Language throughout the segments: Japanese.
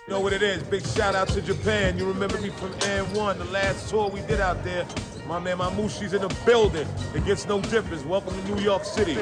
You know what it is. Big shout out to Japan. You remember me from N1, the last tour we did out there. My man Mamushi's in the building. It gets no difference. Welcome to New York City.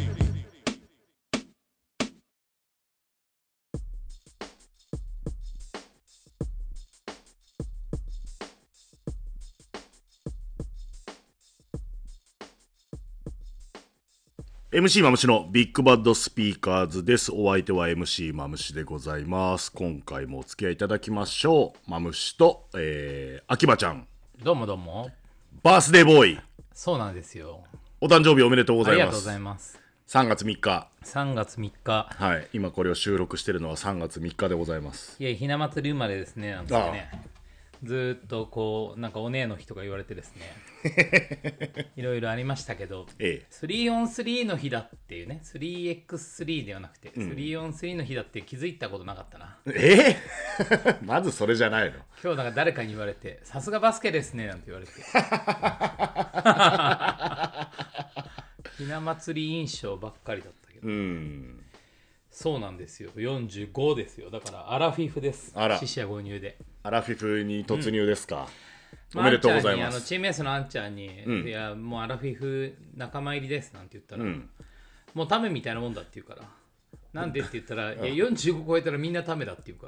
MC マムシのビッグバッドスピーカーズです。お相手は MC マムシでございます。今回もお付き合いいただきましょう。マムシと、秋葉ちゃん。 どうもどうも。 バースデーボーイ。 そうなんですよ。 お誕生日おめでとうございます。 ありがとうございます。 3月3日。 3月3日。 はい。今これを収録しているのは3月3日でございます。 いや、ひな祭り生まれですね、なんですよね。ずーっとこう、なんかお姉の日とか言われてですね。いろいろありましたけど、3on3 の日だっていうね、3x3 ではなくて、3on3 の日だって気づいたことなかったな。 まずそれじゃないの。 今日なんか誰かに言われて、さすがバスケですね、なんて言われて。ひな祭り印象ばっかりだったけど。そうなんですよ。45ですよ。だからアラフィフです。四捨五入で。 アラフィフに突入ですか。おめでとうございます。 チームエースのあんちゃんに、いやもうアラフィフ仲間入りですなんて言ったら、もうタメみたいなもんだって言うから、なんでって言ったら、いや45超えたらみんなタメだって言うから。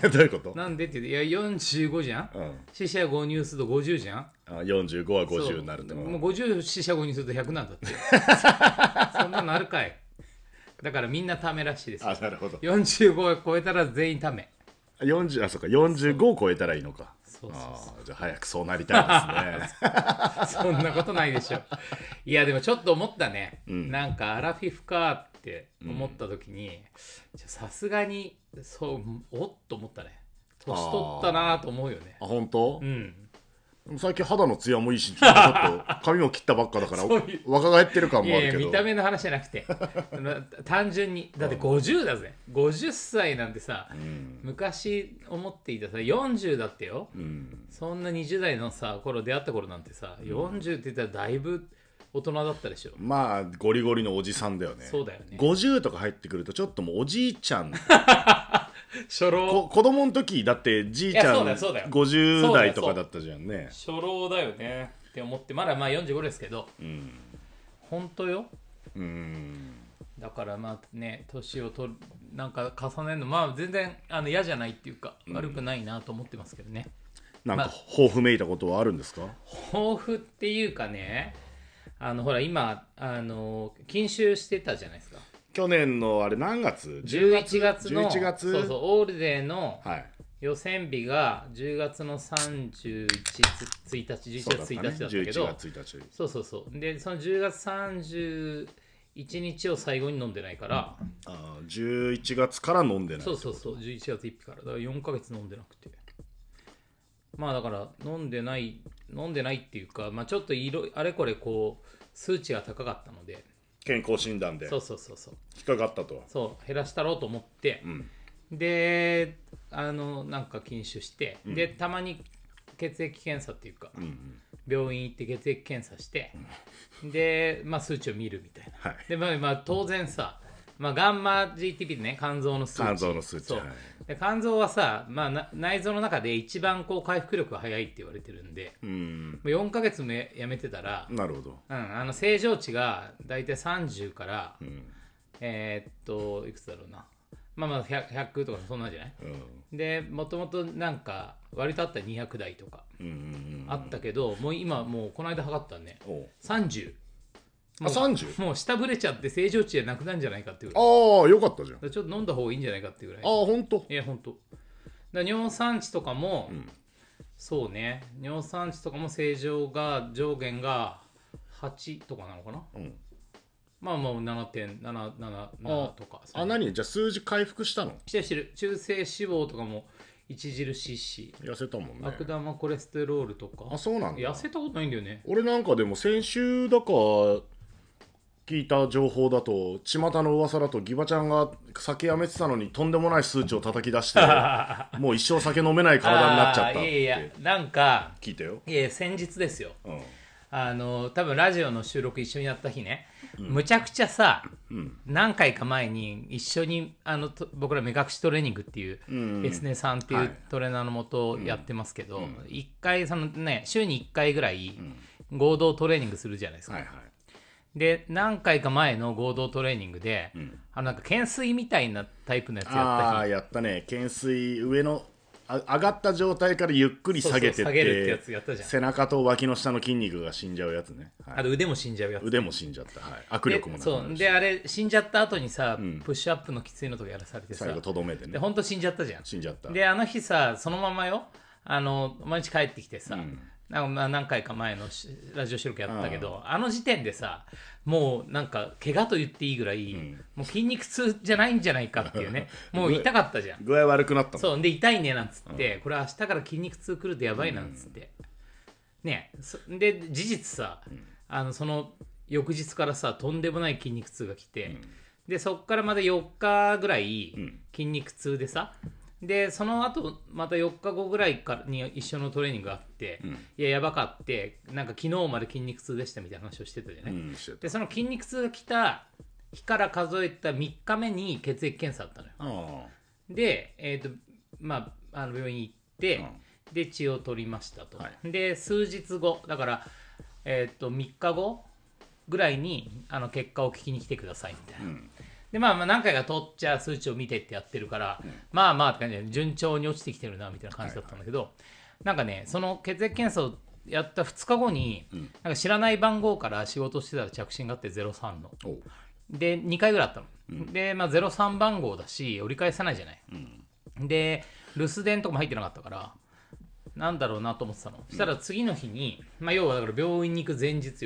どういうこと？ なんでって言って、いや45じゃん。四捨五入すると50じゃん。 45は50になるって。 もう50四捨五入すると100なんだって。そんなのあるかい。だからみんなタメらしいですよ。 あ、なるほど。 45を超えたら全員タメ。 40、あ、そうか、45を超えたらいいのか。そうじゃあ早くそうなりたいですね。そんなことないでしょ。いやでもちょっと思ったね。なんかアラフィフかって思った時に、さすがにそうおっと思ったね。年取ったなと思うよね。 あ、本当？ うん。 最近肌のツヤもいいし、ちょっと髪も切ったばっかだから若返ってる感もあるけど。 いや見た目の話じゃなくて単純にだって50だぜ。50歳なんてさ、昔思っていたさ40だってよ、そんな20代のさ頃出会った頃なんてさ、40って言ったらだいぶ大人だったでしょ。 まあゴリゴリのおじさんだよね。 そうだよね。 50とか入ってくるとちょっともうおじいちゃん初老。 子供の時だってじいちゃん50代とかだったじゃんね。 初老だよねって思って、まだまあ45ですけど、本当よ。だからまあね、年をなんか重ねるのまあ全然嫌じゃないっていうか、悪くないなと思ってますけどね。 なんか抱負めいたことはあるんですか？ 抱負っていうかね、ほら今禁酒してたじゃないですか。去年のあれ何月 ？11月の 11月そうそうオールデーの予選日が10月の31日11月1日だったけど、そうそうそうでその10月31日を最後に飲んでないから、 11月から飲んでない。 そうそうそう11月1日からだから4ヶ月飲んでなくて、まあだから飲んでないっていうか、まあちょっとあれこれこう数値が高かったので。 健康診断でそう引っかかったと。 そう減らしたろうと思って、でなんか禁酒して、でたまに血液検査っていうか、病院行って血液検査して、でまあ数値を見るみたいな、でまあ当然さ、まあ、ガンマ GTP でね、肝臓の数値。そう、で肝臓はさ、まあ、内臓の中で一番こう回復力が早いって言われてるんで、4ヶ月もやめてたら、 なるほど、 正常値が大体30から、いくつだろうな、まあ 100とかそんなんじゃない、でもともとなんか割とあったら200台とかあったけど、もう今もうこの間測ったらね、30。 30？ もう下振れちゃって正常値じゃなくなるんじゃないかっていうぐらい。ああ、よかったじゃん。 ちょっと飲んだ方がいいんじゃないかっていうぐらい。 ああ、ほんと？ いや、ほんと。尿酸値とかも、そうね、尿酸値とかも正常が上限が8とかなのかな、まあもう 7.77 とか。 何じゃあ数字回復したの？ してる。中性脂肪とかも著しいし、 痩せたもんね。 悪玉コレステロールとか。 あ、そうなんだ。 痩せたことないんだよね。 俺なんかでも先週だか聞いた情報だと、巷の噂だとギバちゃんが酒やめてたのにとんでもない数値を叩き出してもう一生酒飲めない体になっちゃったって。 いやなんか聞いたよ。 いや先日ですよ、多分ラジオの収録一緒にやった日ね、 むちゃくちゃさ、何回か前に一緒に僕ら目隠しトレーニングっていう、エスネさんっていうトレーナーのもとやってますけど、一回週に1回ぐらい合同トレーニングするじゃないですか。で何回か前の合同トレーニングで、なんか懸垂みたいなタイプのやつやった日。 やったね。懸垂上の上がった状態からゆっくり下げてって下げるってやつやったじゃん。 背中と脇の下の筋肉が死んじゃうやつね。 あと腕も死んじゃうやつ。 腕も死んじゃった。握力もなくなるし。 そうであれ死んじゃった後にさ、プッシュアップのきついのとかやらされてさ、 最後とどめてね。 で本当死んじゃったじゃん。 死んじゃった。 であの日さそのままよ、毎日帰ってきてさ、何回か前のラジオ収録やったけど、あの時点でさもうなんか怪我と言っていいぐらい、もう筋肉痛じゃないんじゃないかっていうねもう痛かったじゃん。 具合悪くなったもん。 そうで痛いねなんつって、これ明日から筋肉痛くるとやばいなんつって、ねで事実さ、その翌日からさとんでもない筋肉痛が来て、でそっからまた4日ぐらい筋肉痛でさ、でその後また4日後ぐらいに一緒のトレーニングがあって、いややばかってなんか昨日まで筋肉痛でしたみたいな話をしてたじゃない、でその筋肉痛が来た日から数えた3日目に血液検査あったのよ。で、病院行って、で血を取りましたと、で数日後だから、3日後ぐらいに結果を聞きに来てくださいみたいな、で何回か取っちゃ数値を見てってやってるから、まあって感じで順調に落ちてきてるなみたいな感じだったんだけど、なんかねその血液検査をやった2日後に、なんか知らない番号から仕事してたら着信があって03ので2回ぐらいあったの、で03番号だし折り返さないじゃない、で留守電とかも入ってなかったからなんだろうなと思ってたの、そしたら次の日に、要はだから病院に行く前日よ、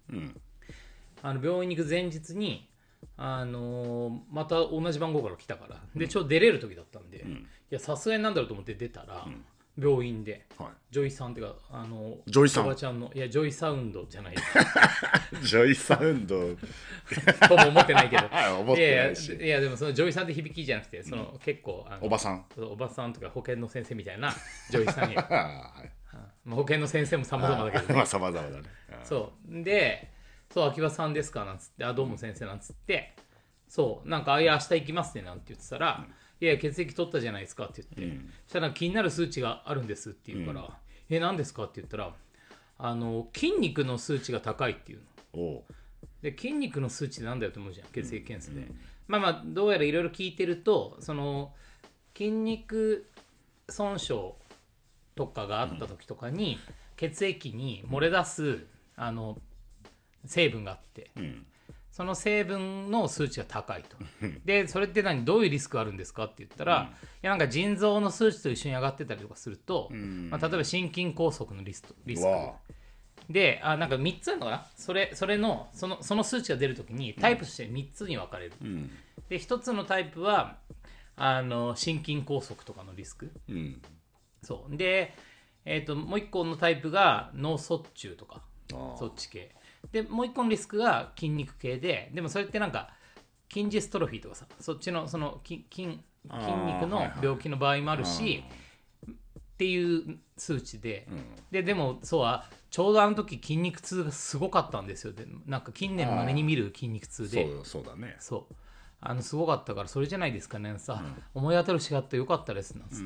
病院に行く前日にまた同じ番号から来たから、でちょうど出れる時だったんで、いやさすがになんだろうと思って出たら、病院で、ジョイさんっていうかジョイさんおばちゃんのいやジョイサウンドじゃないジョイサウンドとも思ってないけど思ってないし、 いやでもそのジョイさんって響きじゃなくて、その結構おばさんとか保健の先生みたいなジョイさんや保健の先生も様々だけどね様々だね。 そうでそう秋葉さんですかなんつって、どうも先生なんつって、そうなんかいや明日行きますねなんて言ってたら、いや血液取ったじゃないですかって言って、そしたら気になる数値があるんですって言うから、何ですかって言ったら筋肉の数値が高いっていうので、筋肉の数値ってなんだよと思うじゃん、血液検査で、どうやらいろいろ聞いてると、その筋肉損傷とかがあった時とかに、血液に漏れ出す成分があって、その成分の数値が高いとでそれってどういうリスクがあるんですかって言ったら、いやなんか腎臓の数値と一緒に上がってたりとかすると、例えば心筋梗塞のリスクでなんか3つあるのかな、その数値が出るときにタイプとして3つに分かれる、で1つのタイプは心筋梗塞とかのリスク、そうで、もう1個のタイプが脳卒中とかそっち系で、もう一個のリスクが筋肉系で、でもそれってなんか筋ジストロフィーとかさ、そっちのその筋肉の病気の場合もあるし、っていう数値で、でもちょうどあの時筋肉痛がすごかったんですよ。でなんか近年まれに見る筋肉痛で、 そうだね。 すごかったからそれじゃないですかねさ、思い当たるしがあってよかったですなんつって。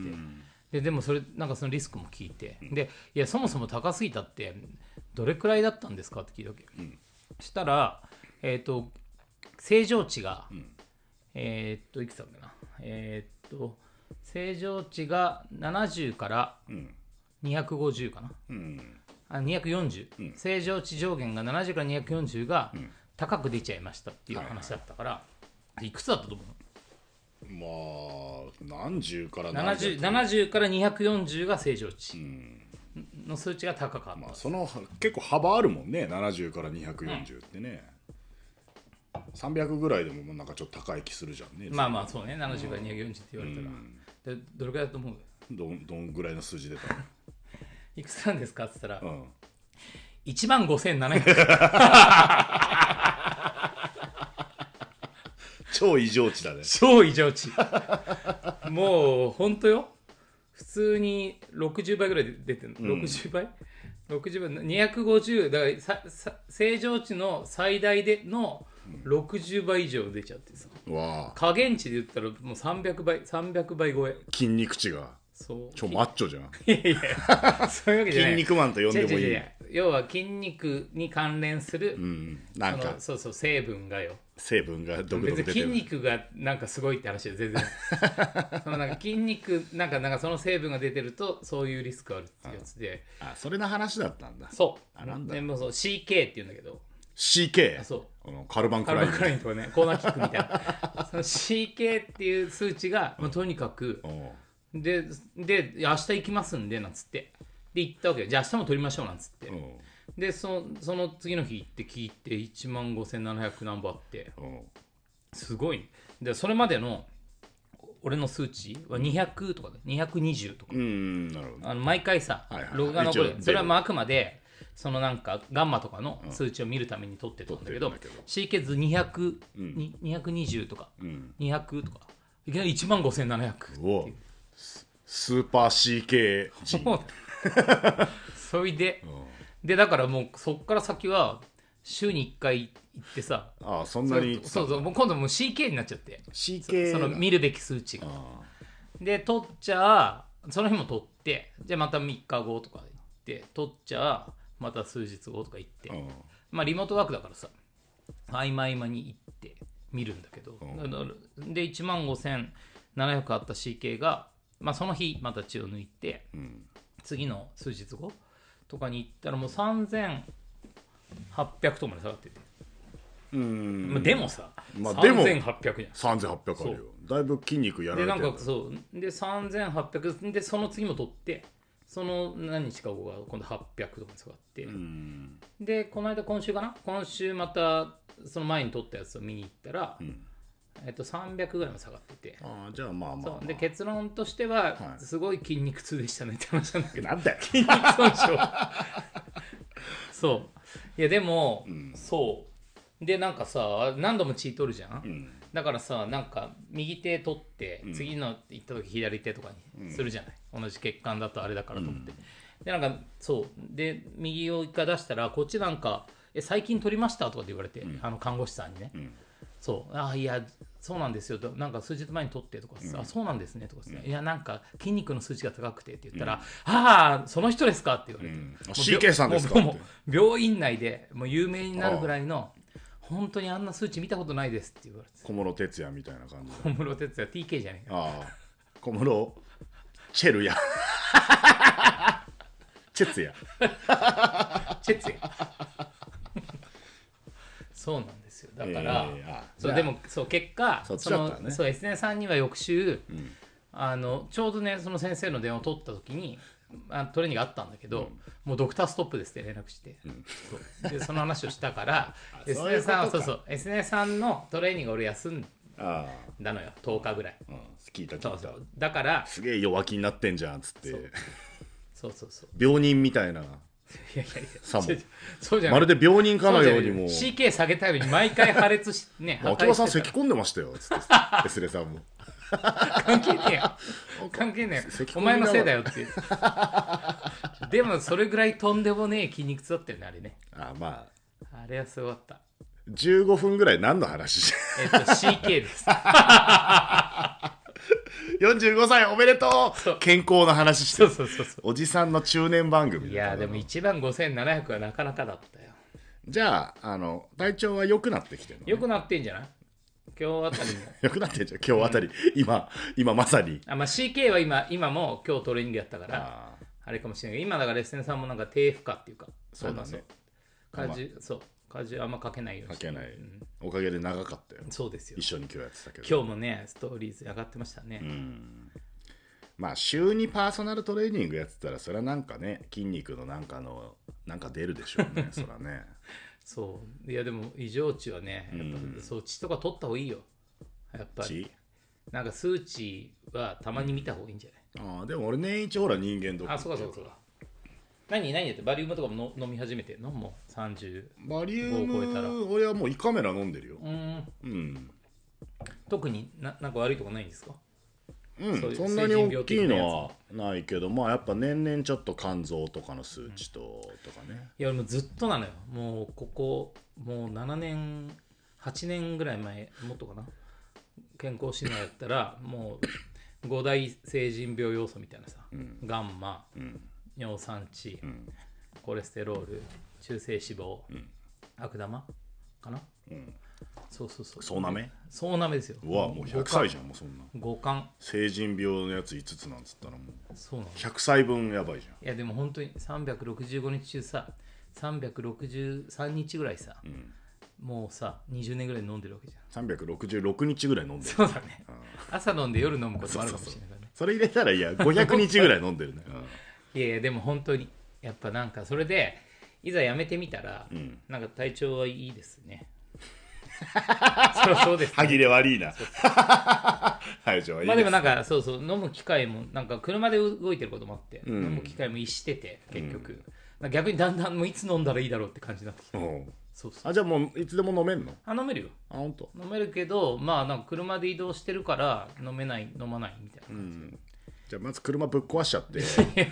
でもそれなんかそのリスクも聞いて、でいやそもそも高すぎたってどれくらいだったんですかって聞いたわけ、そしたら正常値が、いくつだっけな、正常値が70から250かな、240、正常値上限が70から240が高く出ちゃいましたっていう話だったから、いくつだったと思う？ 何十から 70から240が正常値の数値が高かった、 その結構幅あるもんね、70から240ってね、300ぐらいでもなんかちょっと高い気するじゃんね。 そうね、70から240って言われたら、でどれくらいだと思う？ どんぐらいの数字出たの？ いくつなんですかって言ったら、15,700 超異常値だね。 超異常値もうほんとよ、普通に60倍ぐらい出てるの、60倍 60倍250だから正常値の最大での60倍以上出ちゃってさ、 わあ加減値で言ったらもう300倍超え。 筋肉値がそうマッチョじゃん。 いやいやそういうわけじゃない。 筋肉マンと呼んでもいい。 違う要は筋肉に関連する、 なんかそう成分がよ、 成分がどくどく出てる。 別に筋肉がなんかすごいって話で全然そのなんか筋肉なんかその成分が出てるとそういうリスクあるってやつで、 それの話だったんだ。 そうなんだでもそう CK って言うんだけど、 CK そうカルバンクカルラインバンクラインとかねコーナーキックみたいなその CK っていう数値が、とにかくで明日行きますんでなんつってで行ったわけよ。じゃあ明日も取りましょうなんつって、でその次の日行って聞いて15,700何本あって、すごい、ね、でそれまでの俺の数値は200とかで220とか、 なるほど。 毎回さ、ログが残る。それはまああくまでそのなんかガンマとかの数値を見るために取ってたんだけど、CK 図200、220とか、200とかいきなり15,700っていうスーパー CK 値。 そいで、だからもうそっから先は週に1回行ってさ、 そんなにそうもう今度もう CK になっちゃって、 CK その見るべき数値がで取っちゃその日も取って、じゃあまた3日後とか行って取っちゃまた数日後とか行って、まあリモートワークだからさ合間合間に行って見るんだけど、で15,700あった CK が、まあ、その日また血を抜いて、次の数日後とかに行ったらもう3,800とかまで下がってて、でもさ、 でも 3,800じゃん。 3,800あるよ。だいぶ筋肉やられてる。 でなんかそうで3,800でその次も取って、その何日か後が今度800とかに下がって、で今週またその前に取ったやつを見に行ったら、300ぐらいまで下がってて、 じゃあまあそうで結論としては、すごい筋肉痛でしたねって話なんだけど、 なんだよ筋肉損傷そういやでも、そうでなんかさ何度も血取るじゃん、だからさなんか右手取って、次の行った時左手とかにするじゃない、同じ血管だとあれだからと思って、でなんかそうで右を一回出したらこっちなんか最近取りましたとかって言われて、看護師さんにね、そういやそうなんですよと、なんか数日前に取ってとかさ、そうなんですねとかさ、いやなんか筋肉の数値が高くてって言ったら、その人ですかって言われて、 CK さんですかって、 もう病院内でもう有名になるぐらいの本当にあんな数値見たことないですって言われて、 小室哲哉みたいな感じ。 小室哲哉 TK じゃねえか。 小室チェルヤチェツヤそうなんですよ。だから、そうでもそう結果そう SN さんには翌週、ちょうどねその先生の電話を取った時にトレーニングあったんだけど、もうドクターストップですって連絡して、でその話をしたからSN さんはSN さんのトレーニングを俺休んだのよ、10日ぐらい、 聞いただからすげえ弱気になってんじゃんっつって、 そう病人みたいな。 いやさもそうじゃない、 まるで病人かのようにも CK 下げたように毎回破裂しね秋葉さん咳込んでましたよつってエスレさんも関係ねえよお前のせいだよっていうでもそれぐらいとんでもねえ筋肉痛だったよねあれね。 まああれはすごかった。 15分ぐらい何の話して CK です 45歳おめでとう健康の話して、 そうおじさんの中年番組。 いやでも15,700はなかなかだったよ。 じゃあ体調は良くなってきてるの、ね、 良くなってんじゃない今日あたりも良くなってんじゃん今日あたり、今まさに CK は今も今日トレーニングやったからあれかもしれないけど、今だからレッスンさんもなんか低負荷っていうか、 そうだね、 荷重あんまかけないようにかけない、おかげで長かったよ。 そうですよ。 一緒に今日やってたけど、 今日もねストーリーズ上がってましたね。 まあ週にパーソナルトレーニングやってたらそれはなんかね筋肉のなんか出るでしょうねそらねそういやでも異常値はねやっぱ、そう血とか取った方がいいよやっぱり。なんか数値はたまに見た方がいいんじゃない。 でも俺年一ほら人間ドック。 そうか何やってバリウムとかも飲み始めてんの？もう35 バリウムを超えたら。 俺はもう胃カメラ飲んでるよ。 特になんか悪いとこないんですか？ そういうそんなに大きい成人病的なやつのはないけど、まあやっぱ年々ちょっと肝臓とかの数値とかね。 いや俺もずっとなのよ。もうここもう7年8年ぐらい前もっとかな、健康診断やったらもう5大成人病要素みたいなさ、ガンマ、尿酸値、コレステロール、中性脂肪、悪玉かな、そうそうそう、 そうなめそうなめですよ。 うわもう100歳じゃん。もうそんな五冠。 成人病のやつ5つなんつったらもうそうなの。 100歳分やばいじゃん。 いやでも本当に365日中さ363日ぐらいさ、もうさ20年ぐらい飲んでるわけじゃん。 366日ぐらい飲んでる。 そうだね、朝飲んで夜飲むこともあるかもしれないからね。 それ入れたらいや500日ぐらい飲んでるね。 いやいやでも本当にやっぱなんかそれでいざやめてみたら、なんか体調はいいですね。そうです、ね、 歯切れ悪いな。はいじゃあいいです。 まあでもなんかそうそう飲む機会もなんか車で動いてることもあって、飲む機会も逸してて結局、逆にだんだんもういつ飲んだらいいだろうって感じになってきて、そうそう。 あじゃあもういつでも飲めんの？ 飲めるよ。 本当。 飲めるけどまあなんか車で移動してるから飲まないみたいな感じ、 じゃあまず車ぶっ壊しちゃって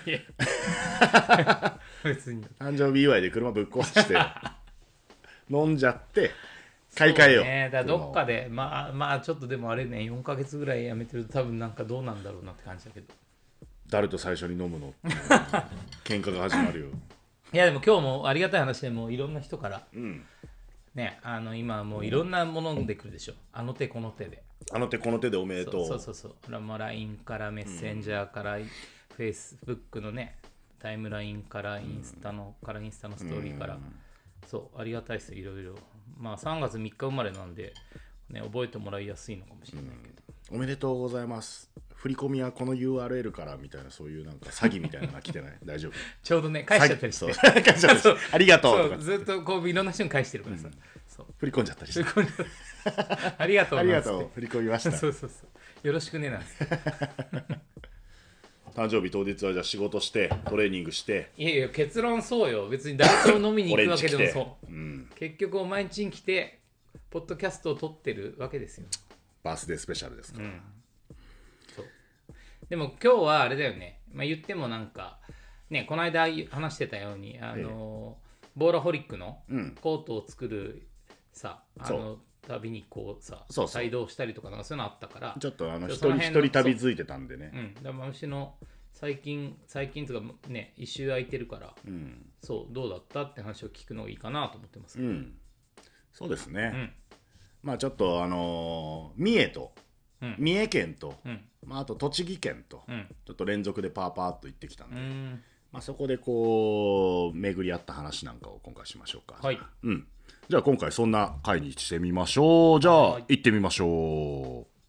別に誕生日祝いで車ぶっ壊して飲んじゃって買い替えよう。 ね、だからどっかでまあちょっとでもあれね4ヶ月ぐらいやめてると多分なんかどうなんだろうなって感じだけど、 誰と最初に飲むのって喧嘩が始まるよ。 いやでも今日もありがたい話でもういろんな人から、 うんね、今もういろんなもので来るでしょ、あの手この手で、 あの手この手でおめでとう。 そうもう LINE からメッセンジャーから、Facebook のねタイムラインからインスタのストーリーから、そうありがたいですよいろいろ。まあ3月3日生まれなんで、ね、覚えてもらいやすいのかもしれないけど、 おめでとうございます、振り込みはこの URL からみたいな、そういうなんか詐欺みたいなのが来てない？大丈夫？ ちょうどね返しちゃったりして、 返しちゃったりありがとうとかそうずっとこういろんな人に返してるからさ、そう振り込んじゃったりしてありがとうありがなんつってとう振り込みました。 そうよろしくねなんつって誕生日当日はじゃあ仕事してトレーニングして、 いやいや結論そうよ、別に誰と飲みに行くわけでも俺んち来てそう、結局お前ん家に来てポッドキャストを撮ってるわけですよ。 バースデースペシャルですから、 そうでも今日はあれだよね、まあ、言ってもなんかねこの間話してたようにボーラホリックのコートを作るさ、旅にこうさそう帯同したりとかなんかそういうのあったから、 ちょっと一その辺の人一人旅付いてたんでね。 だから私の最近とかね一周空いてるから、そうどうだったって話を聞くのがいいかなと思ってますけど、 そうですね、まあちょっと三重県と、まあ、あと栃木県と、ちょっと連続でパーっと行ってきたんで、まあ、そこでこう巡り合った話なんかを今回しましょうか。 はい、 じゃあ今回そんな回にしてみましょう。じゃあ行ってみましょう。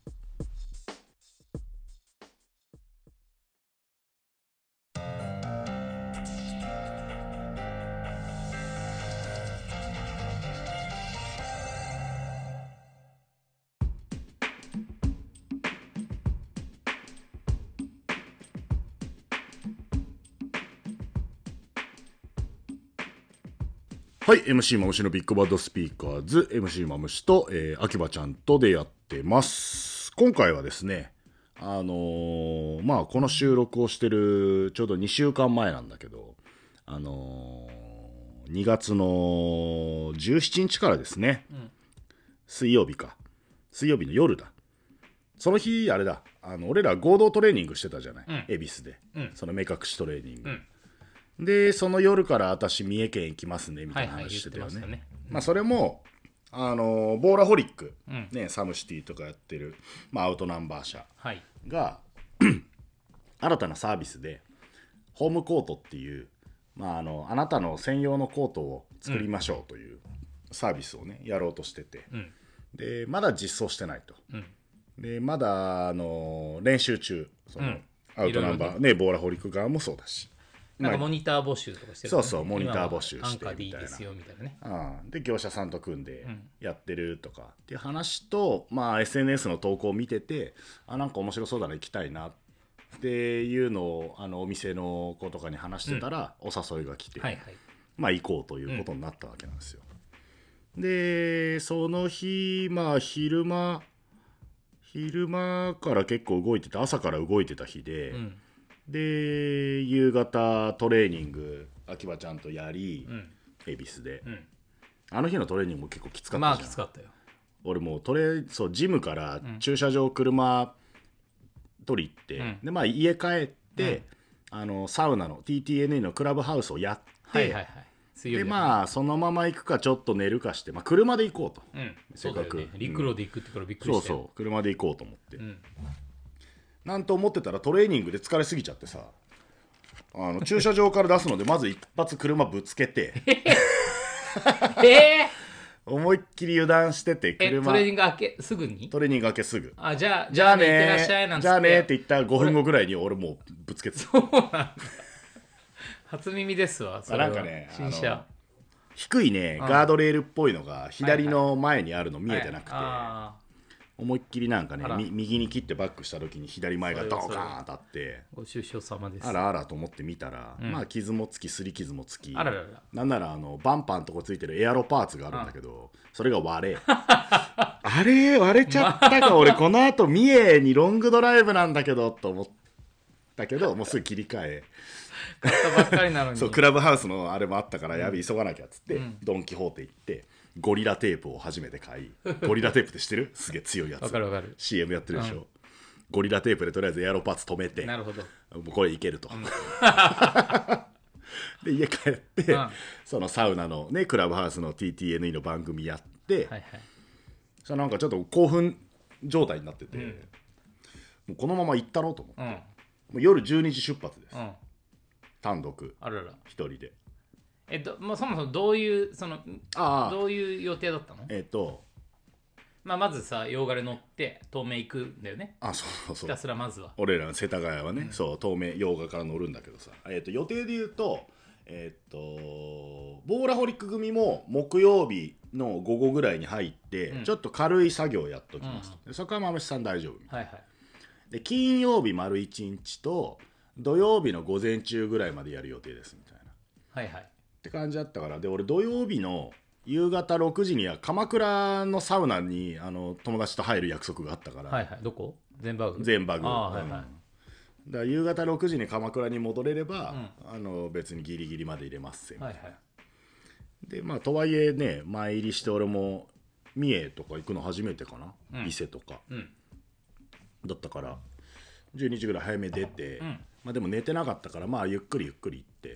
はい、MC マムシのビッグバッドスピーカーズ MC マムシと、秋葉ちゃんとでやってます。今回はですね、まあこの収録をしてるちょうど2週間前なんだけど、2月の17日からですね、水曜日の夜だ。その日あれだ、俺ら合同トレーニングしてたじゃない、恵比寿で、その目隠しトレーニング、でその夜から私三重県行きますねみたいな話してたよね。まあそれもボーラホリック、サムシティとかやってる、アウトナンバー社が、新たなサービスでホームコートっていう、あなたの専用のコートを作りましょうというサービスをねやろうとしてて、でまだ実装してないと、でまだ練習中、そのアウトナンバーねボーラホリック側もそうだし、 なんかモニター募集とかしてる、 そうモニター募集してみたいな、 アンカーでいいですよみたいなね、 で業者さんと組んでやってるとかっていう話と、SNS の投稿を見てて、なんか面白そうだな行きたいなっていうのをお店の子とかに話してたら、お誘いが来て、行こうということになったわけなんですよ。でその日昼間昼間から結構動いてた、朝から動いてた日で、で夕方トレーニング秋葉ちゃんとやり、恵比寿で、あの日のトレーニングも結構きつかったじゃん。 まあきつかったよ。 俺もうそうジムから駐車場車取り行って、でまあ家帰って、サウナの TTNA のクラブハウスをやって、でまあそのまま行くかちょっと寝るかして、まあ、車で行こうと、せっかく、 陸路で行くってからびっくりしたよ。 そう車で行こうと思って、なんと思ってたらトレーニングで疲れすぎちゃってさ、駐車場から出すのでまず一発車ぶつけて思いっきり油断しててトレーニング明けすぐにトレーニング明けすぐじゃあねいってらっしゃいなんつってじゃあねって言った5分後ぐらいに俺もうぶつけてた。 そうなんだ。初耳ですわそれは。 なんかね新車低いねガードレールっぽいのが左の前にあるの見えてなくて、思いっきりなんかね右に切ってバックした時に左前がドーンカーン当たって、 ご愁傷様です。 あらあらと思って見たら、まあ傷もつきすり傷もつき、 あらららなんならバンパンとこついてるエアロパーツがあるんだけど、それが割れあれ割れちゃったか俺このあと三重にロングドライブなんだけどと思ったけど、もうすぐ切り替え買ったばっかりなのにそうクラブハウスのあれもあったからやべ急がなきゃっつって、ドン・キホーテ行ってゴリラテープを初めて買いゴリラテープって知ってる？すげえ強いやつ。 わかるわかる。 CM やってるでしょ、ゴリラテープでとりあえずエアロパーツ止めて、 なるほどもうこれいけると、で家帰って、そのサウナのねクラブハウスの TTNE の番組やって、そしたらなんかちょっと興奮状態になってて、もうこのまま行ったろうと思って、もう夜12時出発です、単独あらら一人で。 まあ、そもそもどういうどういう予定だったの？まあ、まずさ洋画で乗って東名行くんだよね。 そうひたすらまずは俺らの世田谷はね、そう東名洋画から乗るんだけどさ、予定で言うとボーラホリック組も木曜日の午後ぐらいに入って、ちょっと軽い作業をやっときますと、でそこは豆さん大丈夫みたいな、で金曜日丸1日と土曜日の午前中ぐらいまでやる予定ですみたいな、って感じだったから、で俺土曜日の夕方6時には鎌倉のサウナに友達と入る約束があったから、 どこ？全バグだから夕方6時に鎌倉に戻れれば、別にギリギリまで入れますみたいな、でまあとはいえね前入りして俺も三重とか行くの初めてかな、伊勢とか、だったから12時ぐらい早め出て、まあ、でも寝てなかったからまあゆっくり行って、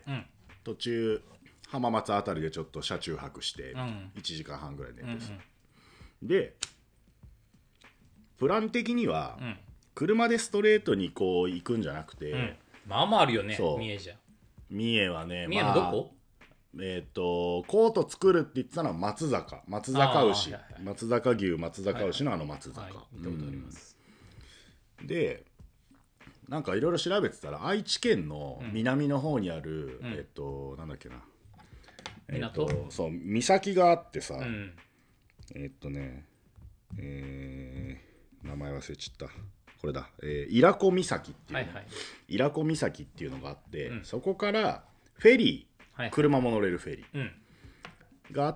途中浜松あたりでちょっと車中泊して1時間半ぐらい寝てさ、でプラン的には、車でストレートにこう行くんじゃなくて、 まあまああるよね三重じゃ。 三重はね、 三重のどこ？ コート作るって言ってたのは松坂牛、松坂牛松坂牛の松坂、 行ったことあります。 でなんかいろいろ調べてたら愛知県の南の方にある、なんだっけな、そう岬があってさ、名前忘れちゃった、これだ、伊良湖岬っていう、伊良湖岬っていうのがあって、そこからフェリー、車も乗れるフェリーがあって、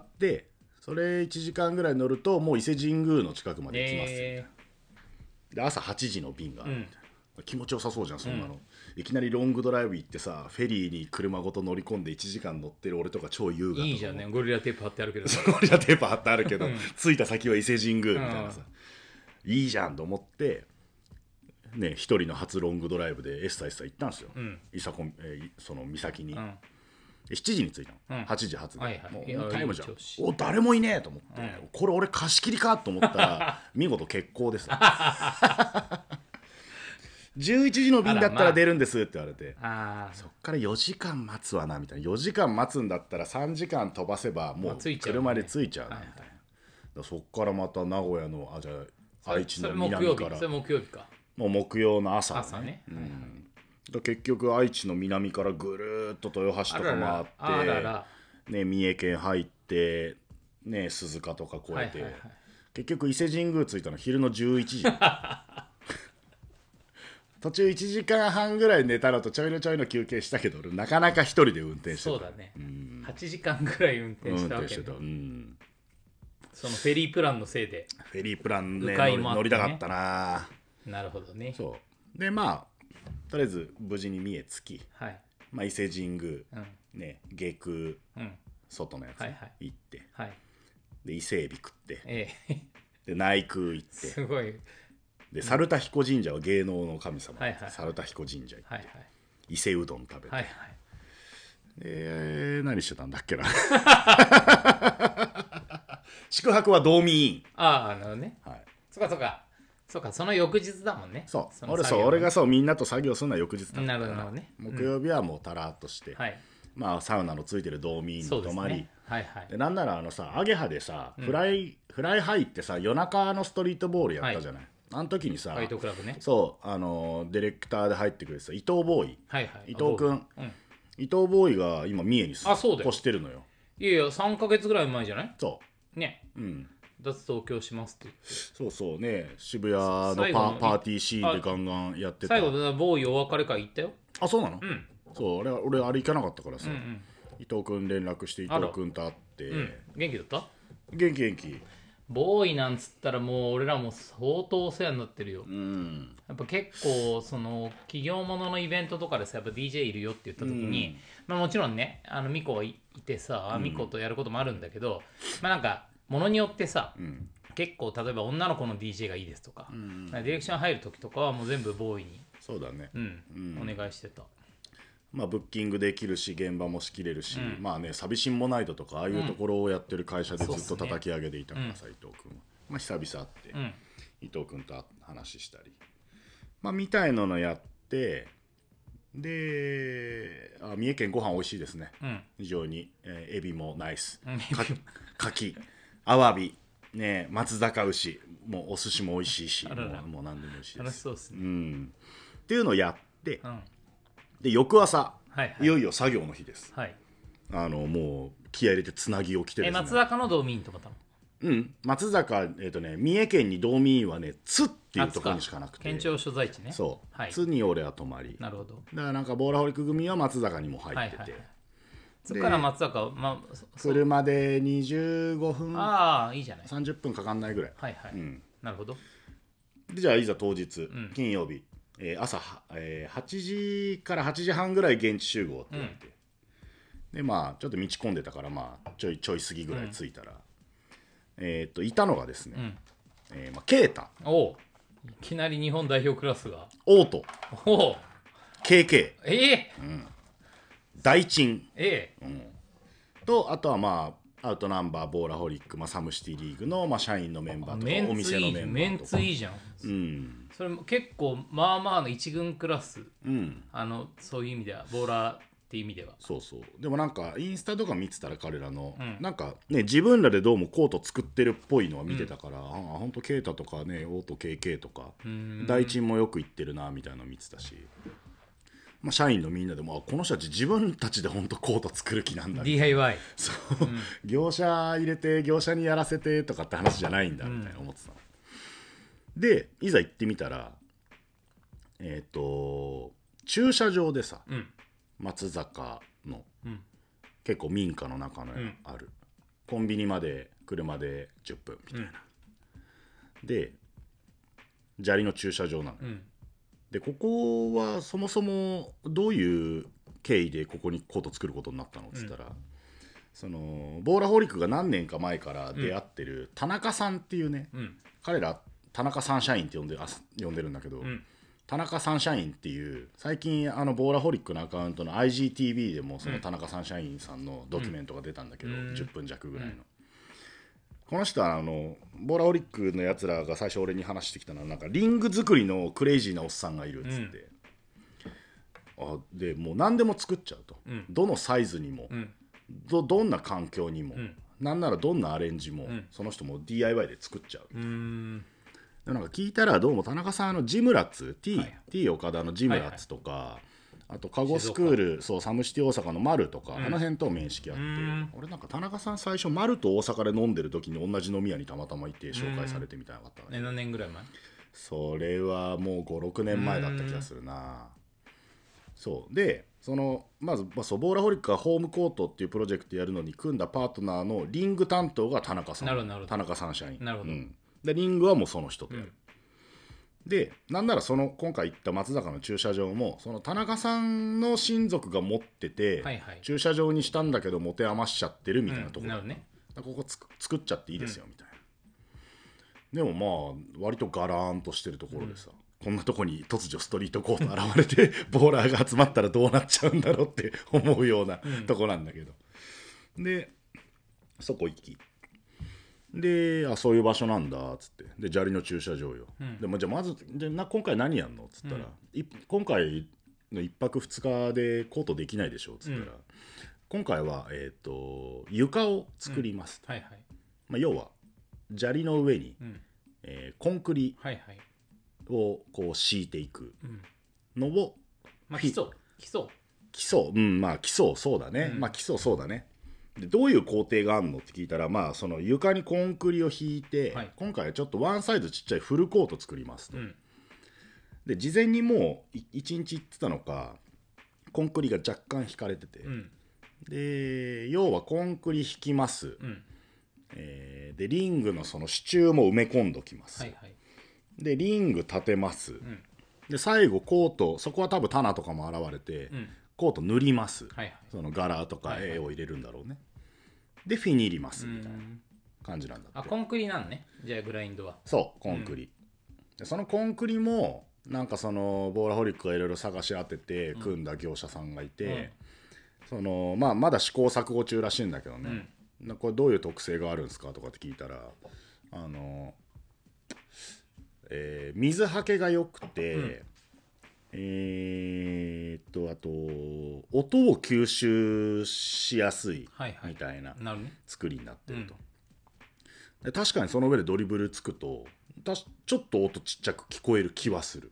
それ1時間ぐらい乗るともう伊勢神宮の近くまで行きますみたいな、で朝8時の便があるみたいな、気持ちよさそうじゃんそんなの、いきなりロングドライブ行ってさフェリーに車ごと乗り込んで1時間乗ってる俺とか超優雅とか、 いいじゃんね、ゴリラテープ貼ってあるけどゴリラテープ貼ってあるけど、着いた先は伊勢神宮みたいなさ、いいじゃんと思ってね、一人の初ロングドライブでエッサ行ったんですよ、その岬に、7時に着いたの、8時発で、もうタイムじゃん、お誰もいねえと思って、これ俺貸し切りかと思ったら見事欠航です11時の便だったら出るんですって言われて、そっから4時間待つわなみたいな、4時間待つんだったら3時間飛ばせばもう車で着いちゃうなみたいな、そっからまた名古屋のじゃあ愛知の南から、 それ木曜日か、 もう木曜の朝ね、結局愛知の南からぐるーっと豊橋とか回ってね、三重県入ってね鈴鹿とか越えて、結局伊勢神宮着いたの昼の11時途中1時間半ぐらい寝たのとちょいの休憩したけど、なかなか一人で運転してた。 そうだね、8時間ぐらい運転したわけね、 そのフェリープランのせいで。 フェリープランね迂回もあってね乗りたかったな。 なるほどね。 そうでまあとりあえず無事に三重着き、 はい。 まあ、伊勢神宮、 うんね下空うん外のやつはいはい行って、 はい。 で伊勢海老食ってええで内宮行ってすごい。 で猿田彦神社は芸能の神様、 はいはい猿田彦神社行って、 はいはい伊勢うどん食べて、 はいはい。 何してたんだっけな宿泊は道民院、 ああ、なるほどね。 はい、 そうかそうか。そうか、その翌日だもんね。 そうの作業俺がそうみんなと作業するのは翌日だったかなるらほどね。 木曜日はもうたらっとして、 はい。 まあサウナのついてる道民院にそうです泊まり、 ね。はいはい。 でなんならアゲハでさ、フライ入ってさ夜中のストリートボールやったじゃない、あの時にさファイトクラブね。 そうディレクターで入ってくれてさ伊藤ボーイ、 はいはい。 伊藤君、 うん。 伊藤ボーイが今三重にあそうだよ越してるのよ。 いやいや、3ヶ月ぐらい前じゃないそね。 ううん脱東京しますって言って。 そうそうね渋谷の最後のパーティーシーンでガンガンやってた。 最後でボーイお別れ会行ったよ。 あそうなの、 うん。 そう俺あれ行かなかったからさ、 うんうん。 伊藤君連絡して伊藤君と会って、 うん。元気だった元気ボーイなんつったらもう俺らも相当お世話になってるよ。 うんやっぱ結構その企業もののイベントとかでさやっぱ DJ いるよって言った時に、まあ、もちろんねミコはいてさ、ミコとやることもあるんだけど、まあなんかものによってさ、結構例えば女の子の DJ がいいですとか、ディレクション入る時とかはもう全部ボーイに、 そうだね、 お願いしてた。 まあ、ブッキングできるし現場も仕切れるし、まあねサビシンモナイトとかああいうところをやってる会社でずっと叩き上げでいたからさ、伊藤君は、まあ、久々会って、伊藤君と話したり、まあ、みたいなのやってで三重県ご飯美味しいですね、非常に、エビもナイス、かきアワビね松阪牛もうお寿司も美味しいし、もう何でも美味しいです。 楽しそうですね。 っていうのをやって、で翌朝、いよいよ作業の日です。 はい。 もう気合い入れてつなぎを着てですね。 松坂の道民とかたの？ 松坂三重県に道民院はね津っていうところにしかなくて、 県庁所在地ね。 そう、 はい、 津に俺は泊まり。 なるほど。 だからなんかボーラホリック組は松坂にも入ってて、 津から松坂まあ車で25分ああいいじゃない 30分かかんないぐらい。 はいはい、なるほど。 でじゃあいざ当日、金曜日、朝、8時から8時半ぐらい現地集合って言って、でまあちょっと道混んでたからまあちょい過ぎぐらい着いたら、いたのがですね、ケイタ、 おういきなり日本代表クラスがオート、 おう KK、大鎮、とあとはまあアウトナンバーボーラホリック、サムシティリーグの、社員のメンバーとかお店のメンバーとかメンツいいじゃん、それも結構まあまあの一軍クラス、そういう意味ではボーラーっていう意味ではそうでもなんかインスタとか見てたら彼らの、なんかね自分らでどうもコート作ってるっぽいのは見てたから、ほんとケイタとかねオート KK とか大鎮もよく行ってるなみたいなの見てたし、社員のみんなでもこの人たち自分たちで本当コート作る気なんだ DIY そう、業者入れて業者にやらせてとかって話じゃないんだみたいな思ってたの、でいざ行ってみたら駐車場でさ、松坂の、結構民家の中のある、コンビニまで車で10分みたいな、で砂利の駐車場なのよ、でここはそもそもどういう経緯でここにコート作ることになったのっつったら、そのボーラホリックが何年か前から出会ってる田中さんっていうね、彼ら田中サンシャインって呼んでるんだけど、田中サンシャインっていう最近ボーラホリックのアカウントの IGTV でもその田中サンシャインさんのドキュメントが出たんだけど、10分弱ぐらいの、この人はボーラホリックのやつらが最初俺に話してきたのはなんかリング作りのクレイジーなおっさんがいるっつって、でもう何でも作っちゃうと、どのサイズにも、どんな環境にも、なんならどんなアレンジも、その人も DIY で作っちゃう。でなんか聞いたらどうも田中さんジムラッツ T 岡田のジムラッツとか、あとカゴスクールそうサムシティ大阪のマルとか、あの辺と面識あって、俺なんか田中さん最初マルと大阪で飲んでる時に同じ飲み屋にたまたま行って紹介されてみたいなかったね。 何年ぐらい前？ それはもう 5,6 年前だった気がするな。そうでまず、そうボーラホリックがホームコートっていうプロジェクトやるのに組んだパートナーのリング担当が田中さん。 なるほどなるほど。 田中サンシャイン。 なるほど。 でリングはもうその人とやる。でなんなら今回行った松坂の駐車場もその田中さんの親族が持ってて、 はいはい、 駐車場にしたんだけど持て余しちゃってるみたいなところ、 なるね、 ここ作っちゃっていいですよみたいな。でもまあ割とガラーンとしてるところでさ、こんなとこに突如ストリートコート現れてボーラーが集まったらどうなっちゃうんだろうって思うようなとこなんだけど、でそこ行きでそういう場所なんだっつってで砂利の駐車場よ、でもじゃあまず今回何やんのっつったら、今回の1泊2日でコートできないでしょっつったら、今回は、床を作りますと、要は砂利の上に、コンクリをこう敷いていくのを、 基礎そうだね、基礎そうだね。でどういう工程があるのって聞いたら、その床にコンクリを引いて、今回はちょっとワンサイズちっちゃいフルコート作りますと、で事前にもう1日行ってたのかコンクリが若干引かれてて、で要はコンクリ引きます、でリングのその支柱も埋め込んどきます、でリング立てます、で最後コートそこは多分棚とかも現れて、コート塗ります、その柄とか絵を入れるんだろうね、でフィニりますみたいな感じなんだって。 コンクリなんね、じゃあグラインドは。 そうコンクリ、でそのコンクリもなんかそのボーラホリックがいろいろ探し当てて組んだ業者さんがいて、まだ試行錯誤中らしいんだけどね、これどういう特性があるんですかとかって聞いたら水はけが良くて、あと音を吸収しやすいみたいな作りになってると、で確かにその上でドリブルつくとちょっと音ちっちゃく聞こえる気はする、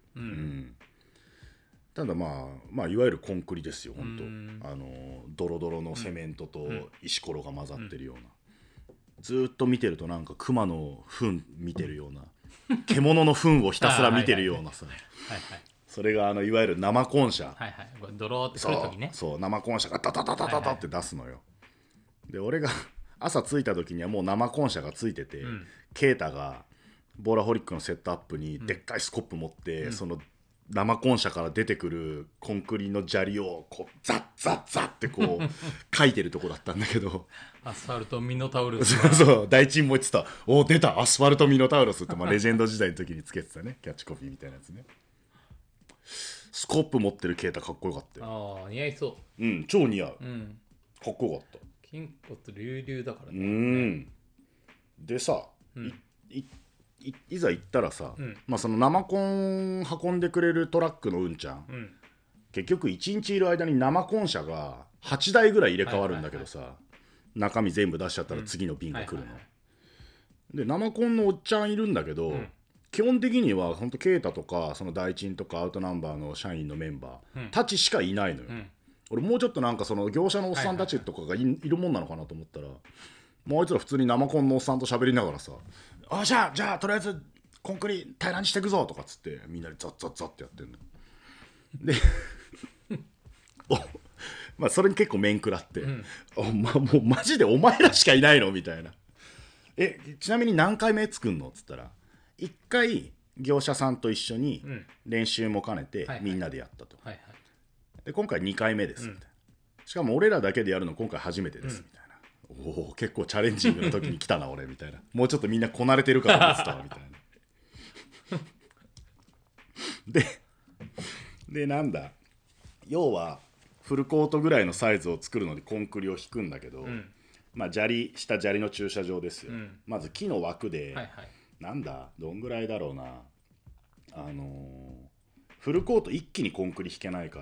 ただいわゆるコンクリですよ本当、ドロドロのセメントと石ころが混ざってるような、ずっと見てるとなんか熊の糞見てるような獣の糞をひたすら見てるようなさそれがいわゆる生コン車、 ドローってくるときね、 そう生コン車がダダダダダダって出すのよ、で俺が朝着いた時にはもう生コン車がついてて、ケイタがボーラホリックのセットアップにでっかいスコップ持って、その生コン車から出てくるコンクリの砂利をこうザッザッザッってこう書いてるとこだったんだけどアスファルトミノタウルスそう大臣も言ってた、お出たアスファルトミノタウルスって、レジェンド時代の時につけてたねキャッチコピーみたいなやつね。スコップ持ってるケイタかっこよかったよ。 似合いそう。 超似合う、かっこよかった。 筋骨隆々だからね。 でさ、いざ行ったらさ、その生コン運んでくれるトラックのうんちゃん、結局1日いる間に生コン車が8台ぐらい入れ替わるんだけどさ、中身全部出しちゃったら次の便が来るの、で生コンのおっちゃんいるんだけど、基本的には本当ケイタとかその大鎮とかアウトナンバーの社員のメンバーたちしかいないのよ、俺もうちょっとなんかその業者のおっさんたちとかがいるもんなのかなと思ったら、もうあいつら普通に生コンのおっさんと喋りながらさ、じゃあとりあえずコンクリ平らにしていくぞとかっつってみんなでザッザッザッってやってんのでそれに結構面食らって、もうマジでお前らしかいないのみたいな、ちなみに何回目作んのっつったら1回業者さんと一緒に練習も兼ねてみんなでやったと、で今回2回目ですみたいな、しかも俺らだけでやるの今回初めてですみたいな、おお結構チャレンジングな時に来たな俺みたいな、もうちょっとみんなこなれてるから思ってたわみたいなでなんだ要はフルコートぐらいのサイズを作るのにコンクリを引くんだけど、下砂利の駐車場ですよ、まず木の枠で、なんだどんぐらいだろうな、フルコート一気にコンクリ引けないから、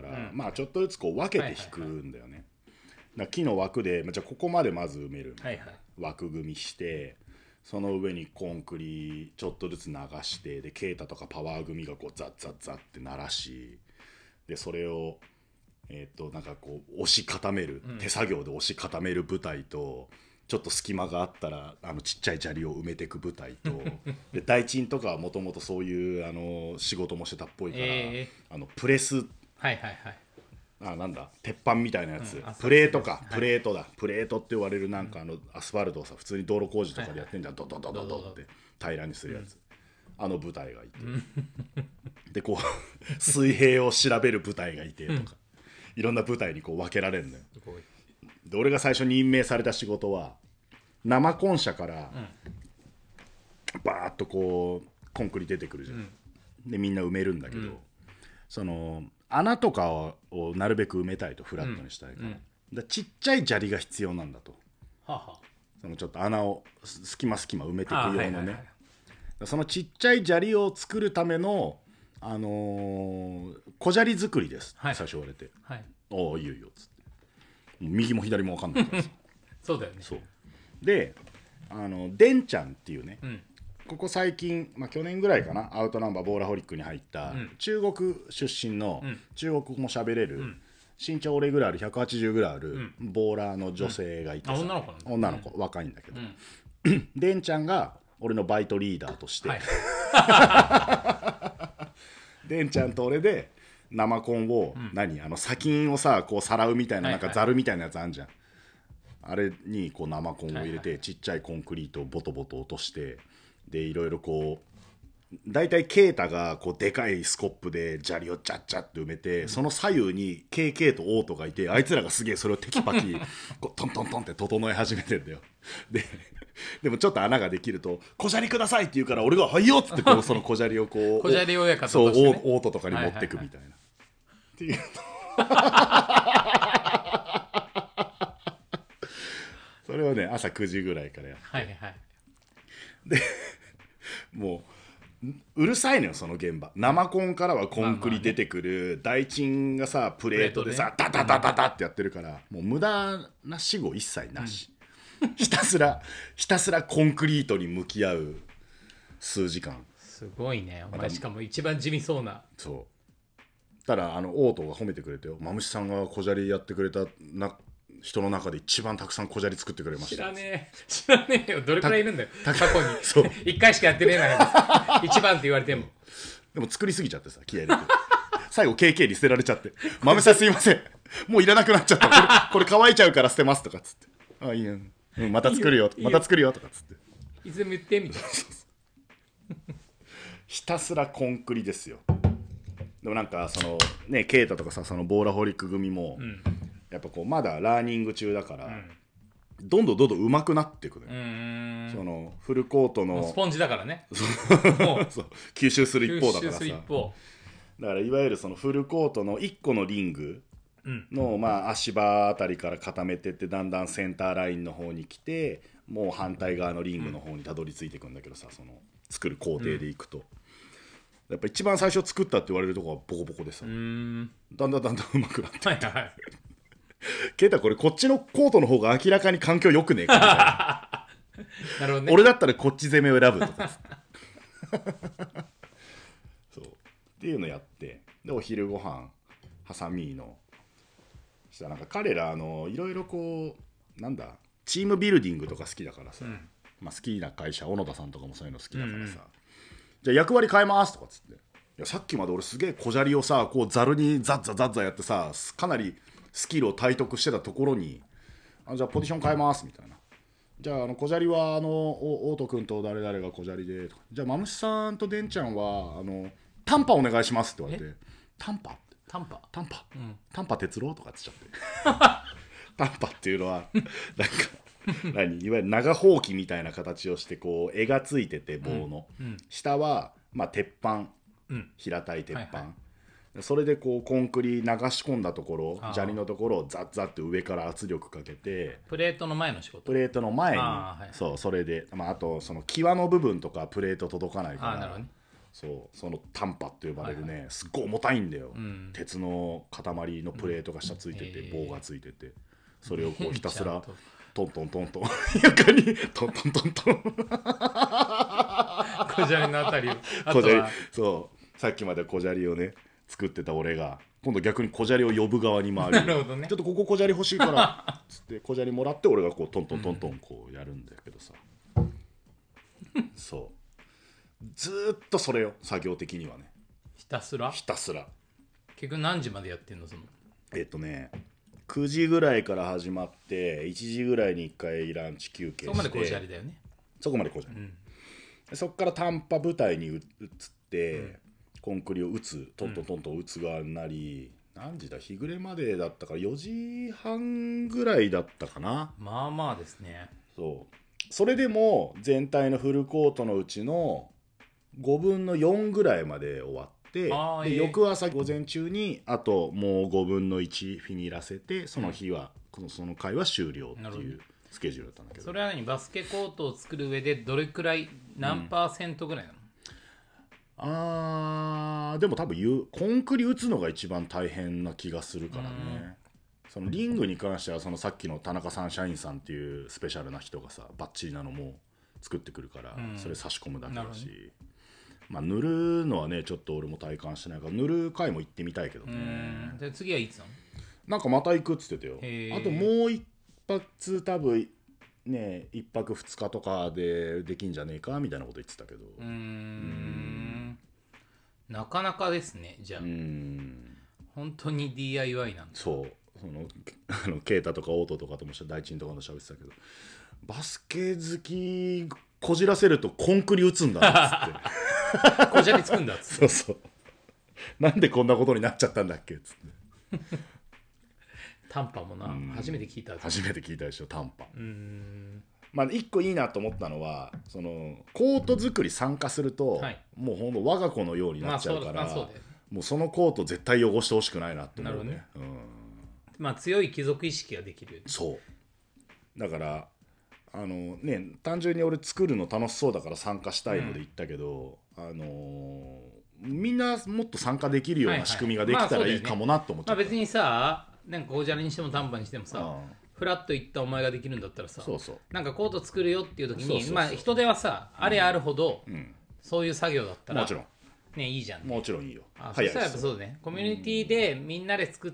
ちょっとずつこう分けて引くんだよね、だ木の枠で、じゃあここまでまず埋める、枠組みして、その上にコンクリちょっとずつ流して、でケイタとかパワー組がこうザッザッザッって鳴らし、でそれをなんかこう押し固める、手作業で押し固める部隊と、ちょっと隙間があったらちっちゃい砂利を埋めていく部隊とで大鎮とかはもともとそういう仕事もしてたっぽいから、プレスなんだ鉄板みたいなやつ、 うんプレートか、 はいプレートだ、プレートって言われるなんかアスファルトをさ普通に道路工事とかでやってんじゃん、ドドドドドって平らにするやつ、部隊がいて、でこう水平を調べる部隊がいてとか、いろんな部隊にこう分けられるのよ。で俺が最初に任命された仕事は生コン車からバーッとこうコンクリ出てくるじゃん、でみんな埋めるんだけど、その穴とかをなるべく埋めたいと、フラットにしたいから、ちっちゃい砂利が必要なんだと、そのちょっと穴を隙間埋めていく用のね、そのちっちゃい砂利を作るための小砂利作りです、最初言われて、おおいいよいいよっつって、右も左も分かんないからさそうだよね。 そうでデンちゃんっていうね、ここ最近、去年ぐらいかな、アウトナンバーボーラホリックに入った、中国出身の、中国語も喋れる、身長俺ぐらいある180ぐらいある、ボーラーの女性がいてさ、女の子、若いんだけど、デンちゃんが俺のバイトリーダーとして、デンちゃんと俺で生コンを、砂金をさこうさらうみたいな、なんかザルみたいなやつあんじゃん、あれにこう生コンを入れて、ちっちゃいコンクリートをボトボト落として、でいろいろこうだいたいケイタがこうでかいスコップで砂利をジャッジャッって埋めて、その左右に KK とオートがいて、あいつらがすげえそれをテキパキこうトントントンって整え始めてんだよ。でもちょっと穴ができると「小砂利ください」って言うから、俺が「はいよ」っつってこうその小砂利をこう小砂利親方そうとしてね、 オートとかに持ってくみたいな、っていうそれをね朝9時ぐらいからやって、でもううるさいのよその現場。生コンからはコンクリ出てくる、大鎮がさプレートでさダダダダダってやってるから、もう無駄な死後一切なし、ひたすらコンクリートに向き合う数時間。 すごいね。お前しかも一番地味そうな。 そうただオートが褒めてくれてよ、マムシさんが小砂利やってくれた人の中で一番たくさん小砂利作ってくれました。 知らねえよ。どれくらいいるんだよ過去に。 そう 1回しかやってねえなら一番って言われても。 でも作りすぎちゃってさ、気合い入れて最後 KK に捨てられちゃって、マムシさんすいませんもういらなくなっちゃったこれ乾いちゃうから捨てますとかっつって、あいいよ、また作るよまた作るよとかっつって、 いつでも言ってみたいな。 ひたすらコンクリですよ。でもなんかそのねケイタとかさ、そのボーラホリック組も、やっぱこうまだラーニング中だから、どんどん上手くなっていくのよ。そのフルコートのスポンジだからね。 もうそう吸収する一方だからさ、 吸収する一方だからいわゆるそのフルコートの1個のリングの、足場あたりから固めてって、だんだんセンターラインの方に来て、もう反対側のリングの方にたどり着いていくんだけどさ、その作る工程でいくと、やっぱ一番最初作ったって言われるとこはボコボコでさ、だんだん上手くなって、ケイタこれこっちのコートの方が明らかに環境良くねえかみたいななるほどね。 俺だったらこっち攻めを選ぶとかそうっていうのやって、でお昼ご飯ハサミのしたら、なんか彼らいろいろこうなんだチームビルディングとか好きだからさ、好きな会社小野田さんとかもそういうの好きだからさ、じゃあ役割変えますとかっつって、いやさっきまで俺すげえ小砂利をさこうざるにザッザザッザやってさ、かなりスキルを体得してたところに、じゃあポジション変えますみたいな、じゃあ小砂利はオート君と誰々が小砂利でとか、じゃあマムシさんとデンちゃんは短波お願いしますって言われて、短波短波哲郎とかっつっちゃって短波っていうのはなんかいわゆる長ほうきみたいな形をして、こう絵がついてて棒の、下は鉄板、平たい鉄板、それでこうコンクリ流し込んだところ、砂利のところをザッザッって上から圧力かけて、 プレートの前の仕事、 プレートの前に、それで、あとその際の部分とかプレート届かないから、その短波って呼ばれるね、すっごい重たいんだよ、鉄の塊のプレートが下ついてて、棒がついてて、それをこうひたすらトントントントン床にトントントントン小砂利のあたりを、 小砂利、そうさっきまで小砂利をね作ってた俺が今度逆に小砂利を呼ぶ側に回る。 なるほどね。 ちょっとここ小砂利欲しいからつって小砂利もらって、俺がこうトントントントンこうやるんだけどさ、そうずーっとそれよ、作業的にはね、 ひたすらひたすら結局何時までやってんのその 9時ぐらいから始まって1時ぐらいに1回ランチ休憩して、 そこまでこじゃりだよね。 そこまでこじゃり、そこから短波部隊に移って、コンクリを打つトントントンと打つ側になり、何時だ、日暮れまでだったから4時半ぐらいだったかな。 まあまあですね。 それでも全体のフルコートのうちの5分の4ぐらいまで終わって、で翌朝午前中にあともう5分の1フィニらせて、その日は、その回は終了っていうスケジュールだったんだけど。 それは何、バスケコートを作る上でどれくらい、何パーセントぐらいなの？ でも多分コンクリ打つのが一番大変な気がするからね。そのリングに関してはそのさっきの田中サンシャインさんっていうスペシャルな人がさバッチリなのも作ってくるから、それ差し込むだけだし、まあ塗るのはねちょっと俺も体感してないから塗る回も行ってみたいけどね。 で次はいつなの？ なんかまた行くっつってたよ。あともう一発多分ね1泊2日とかでできんじゃねえかみたいなこと言ってたけど。 なかなかですね。じゃあ本当に DIY なんだ。 そうケイタとかオートとかとも大地とかと喋ってたけど、バスケ好きこじらせるとコンクリ打つんだっつってこじゃりつくんだっつってそうなんでこんなことになっちゃったんだっけっつって短波もな、初めて聞いたでしょ短波。まあ一個いいなと思ったのはそのコート作り参加すると、もうほんと我が子のようになっちゃうから、もうそのコート絶対汚してほしくないなって思うね。 まあ強い貴族意識ができるよね。 そうだから単純に俺作るの楽しそうだから参加したいので言ったけど、みんなもっと参加できるような仕組みができたらいいかもなと思っちゃった。 別にさなんかこじゃれにしても短波にしてもさ、フラッといったお前ができるんだったらさ、なんかコート作るよっていう時にまあ人手はさあれあるほど、そういう作業だったらもちろんね、いいじゃん、ね、 もちろんいいよ。 そしたらやっぱそうね、コミュニティでみんなで作って、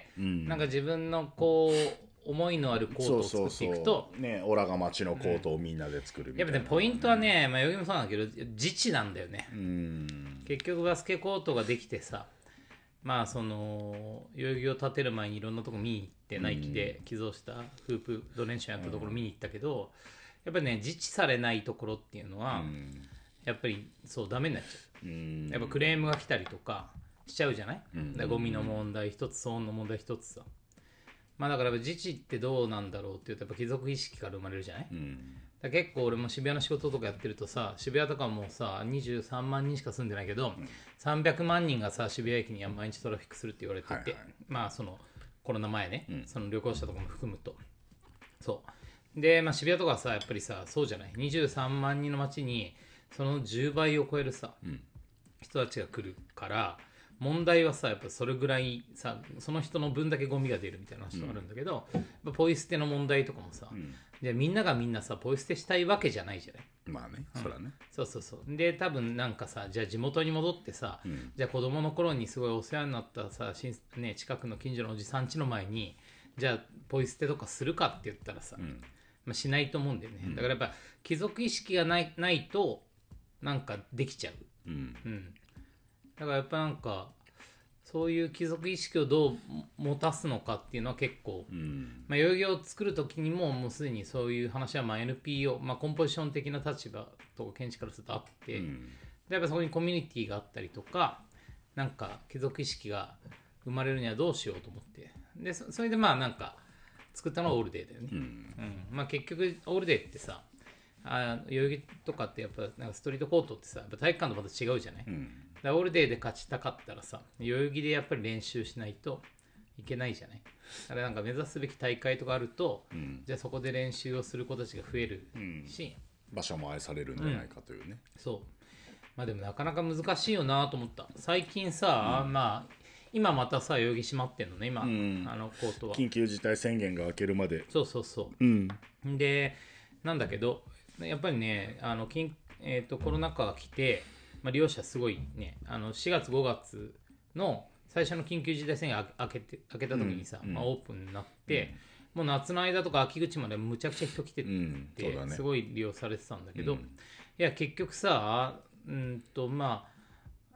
なんか自分のこう思いのあるコートを作っていくとね、オラが町のコートをみんなで作るみたいな、 やっぱねポイントはね、まあ、ヨギもそうなんだけど自治なんだよね。結局バスケコートができてさ、まあその代々木を建てる前にいろんなとこ見に行って、ナイキで寄贈したフープドネーションやったところ見に行ったけど、やっぱりね自治されないところっていうのは、やっぱりそうダメになっちゃう。やっぱクレームが来たりとかしちゃうじゃない、だゴミの問題一つ、騒音の問題一つさ。まあだから自治ってどうなんだろうっていうとやっぱ貴族意識から生まれるじゃない、だ結構俺も渋谷の仕事とかやってるとさ、渋谷とかもさ23万人しか住んでないけど、300万人がさ渋谷駅には毎日トラフィックするって言われていて、まあそのコロナ前ね、その旅行者とかも含むとそうで、まあ、渋谷とかさやっぱりさそうじゃない、23万人の街にその10倍を超えるさ、人たちが来るから問題はさやっぱそれぐらいさその人の分だけゴミが出るみたいな話があるんだけど、ポイ捨ての問題とかもさ、じゃあみんながみんなさポイ捨てしたいわけじゃないじゃない。 まあね、そらね、 そうで多分なんかさじゃあ地元に戻ってさ、じゃあ子供の頃にすごいお世話になったさ、ね、近くの近所のおじさん家の前にじゃあポイ捨てとかするかって言ったらさ、まあ、しないと思うんだよね、だからやっぱ貴族意識がないとなんかできちゃう、だからやっぱなんかそういう貴族意識をどう持たすのかっていうのは結構、まあ、代々木を作る時にももうすでにそういう話はまあ NPO、まあ、コンポジション的な立場と建築からするとあって、でやっぱそこにコミュニティがあったりとかなんか貴族意識が生まれるにはどうしようと思って、でそれでまあなんか作ったのはオールデーだよね、まあ、結局オールデーってさ代々木とかってやっぱなんかストリートコートってさやっぱ体育館とまた違うじゃない、オールデーで勝ちたかったらさ代々木でやっぱり練習しないといけないじゃない。だからなんか目指すべき大会とかあると、じゃあそこで練習をする子たちが増えるし、 場所も愛されるんじゃないかというね、 そうまあでもなかなか難しいよなと思った。最近さ、まあ今またさ代々木閉まってんのね今、あのコートは緊急事態宣言が明けるまで。 でなんだけどやっぱりねコロナ禍が来て、まあ、利用者すごいね4月5月の最初の緊急事態宣言明けた時にさ、まあ、オープンになって、もう夏の間とか秋口までむちゃくちゃ人来てて、すごい利用されてたんだけど、いや結局さまあ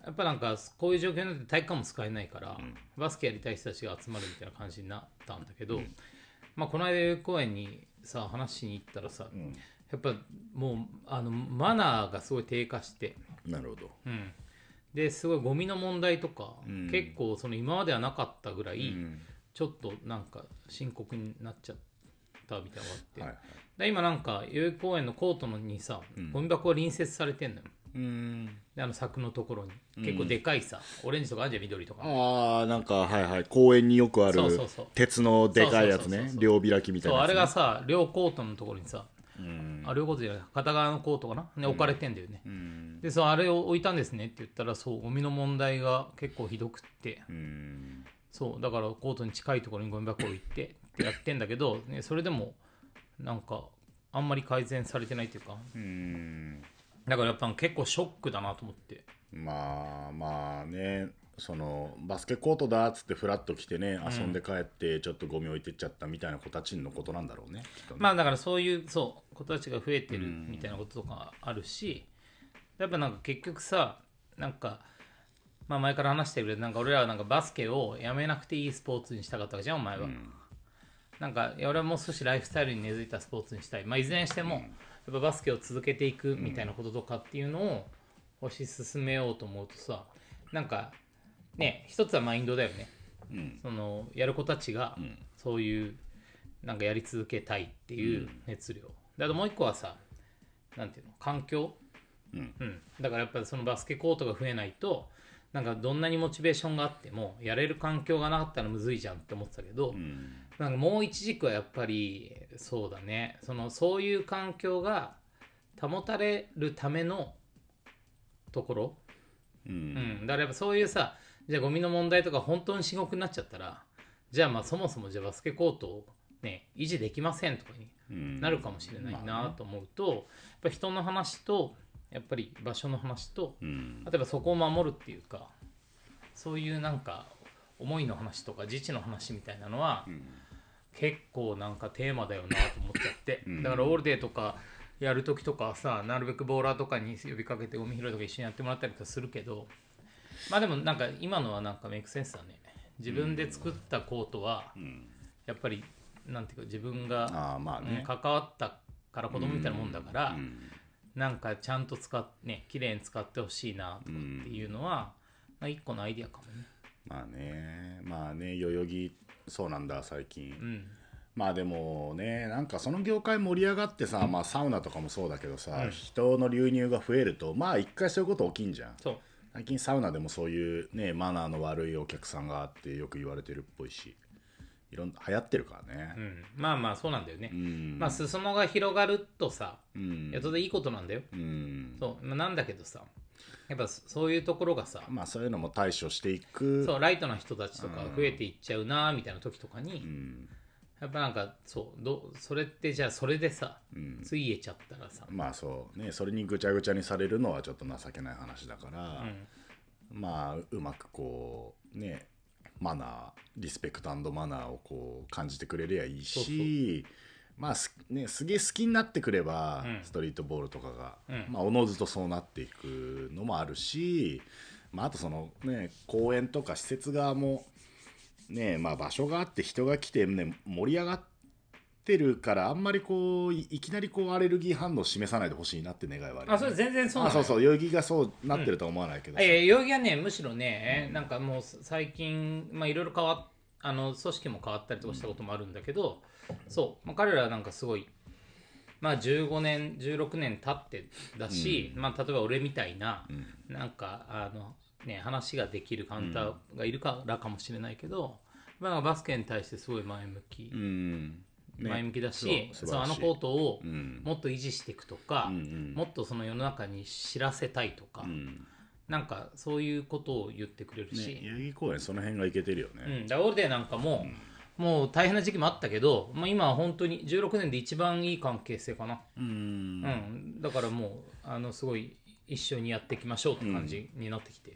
やっぱなんかこういう状況になって体育館も使えないから、バスケやりたい人たちが集まるみたいな感じになったんだけど、まあ、この間代々木公園にさ話しに行ったらさ、やっぱもうマナーがすごい低下して、 なるほど。 ですごいゴミの問題とか、結構その今まではなかったぐらい、ちょっとなんか深刻になっちゃったみたいなのがあって、で今なんか代々木公園のコートのにさ、ゴミ箱が隣接されてんのよ。で柵のところに結構でかいさ、オレンジとかあるじゃん、緑とか。 ああ、なんかはいはい、公園によくある鉄のでかいやつね、両開きみたいなやつ、ね、 そうあれがさ両コートのところにさ、両コートじゃない片側のコートかな、ね、置かれてんだよね。でそうあれを置いたんですねって言ったら、そうゴミの問題が結構ひどくって、そうだからコートに近いところにゴミ箱を置いてってやってんだけど、ね、それでもなんかあんまり改善されてないというか、だからやっぱ結構ショックだなと思って。 まあね、そのバスケコートだっつってフラッと来てね、遊んで帰ってちょっとゴミ置いてっちゃったみたいな子たちのことなんだろうね、きっとね。 まあだからそういうそう子たちが増えてるみたいなこととかあるし、やっぱなんか結局さ、なんかまあ前から話してるけど、なんか俺らはなんかバスケをやめなくていいスポーツにしたかったわけじゃん、お前は。なんか俺はもう少しライフスタイルに根付いたスポーツにしたい。まあいずれにしても、やっぱバスケを続けていくみたいなこととかっていうのを推し進めようと思うとさ、なんかね、一つはマインドだよね。そのやる子たちがそういうなんかやり続けたいっていう熱量。であともう一個はさ、なんていうの、環境。だからやっぱりそのバスケコートが増えないと、なんかどんなにモチベーションがあってもやれる環境がなかったらむずいじゃんって思ってたけど、なんかもう一軸はやっぱりそうだね、そういう環境が保たれるためのところ、だからやっぱそういうさ、じゃあゴミの問題とか本当に深刻になっちゃったら、じゃあまあそもそもじゃあバスケコートをね維持できませんとかになるかもしれないなと思うと、やっぱ人の話とやっぱり場所の話と、例えばそこを守るっていうか、そういうなんか思いの話とか自治の話みたいなのは、結構なんかテーマだよなと思っちゃって、だからオールデーとかやるときとかさ、なるべくボーラーとかに呼びかけてゴミ拾いとか一緒にやってもらったりとかするけど、まあでもなんか今のはなんかメイクセンスだね。自分で作ったコートはやっぱりなんていうか、自分が関わったから子供みたいなもんだから、なんかちゃんと使ってね、綺麗に使ってほしいなとかっていうのは、まあ一個のアイディアかもね。 まあね代々木そうなんだ最近。まあでもね、なんかその業界盛り上がってさ、まあサウナとかもそうだけどさ、人の流入が増えるとまあ一回そういうこと起きんじゃん。 そう最近サウナでもそういうねマナーの悪いお客さんがあってよく言われてるっぽいし、いろんな流行ってるからね。 まあまあそうなんだよね。まあ裾野が広がるとさ、やっとでいいことなんだよ。そう、まあ、なんだけどさ、やっぱそういうところがさ、 まあそういうのも対処していく、 そうライトな人たちとか増えていっちゃうなみたいな時とかに、やっぱなんかそうそれってじゃあそれでさ、ついえちゃったらさ、 まあそうね、それにぐちゃぐちゃにされるのはちょっと情けない話だから、まあうまくこうねマナー、リスペクト&マナーをこう感じてくれりゃいいし、まあね、すげえ好きになってくれば、ストリートボールとかが、まあおのずとそうなっていくのもあるし、まああとそのね公園とか施設側もね、まあ場所があって人が来てね盛り上がってるから、あんまりこう いきなりこうアレルギー反応を示さないでほしいなって願いはある、ね。 あ、それ全然そうなの。 そう代々木がそうなってるとは思わないけど、 代々木はねむしろね、なんかもう最近まあいろいろ変わっ組織も変わったりとかしたこともあるんだけど、そう、まあ、彼らはなんかすごいまあ15年16年経ってだし、まあ例えば俺みたいな、なんかね話ができるカウンターがいるからかもしれないけど、まあバスケに対してすごい前向き。前向きだし、そうコートをもっと維持していくとか、もっとその世の中に知らせたいとか、なんかそういうことを言ってくれるし、 代々木公園その辺がいけてるよね。 オールデーなんかも、もう大変な時期もあったけど、まあ、今は本当に16年で一番いい関係性かな。だからもうすごい一緒にやっていきましょうって感じになってきて、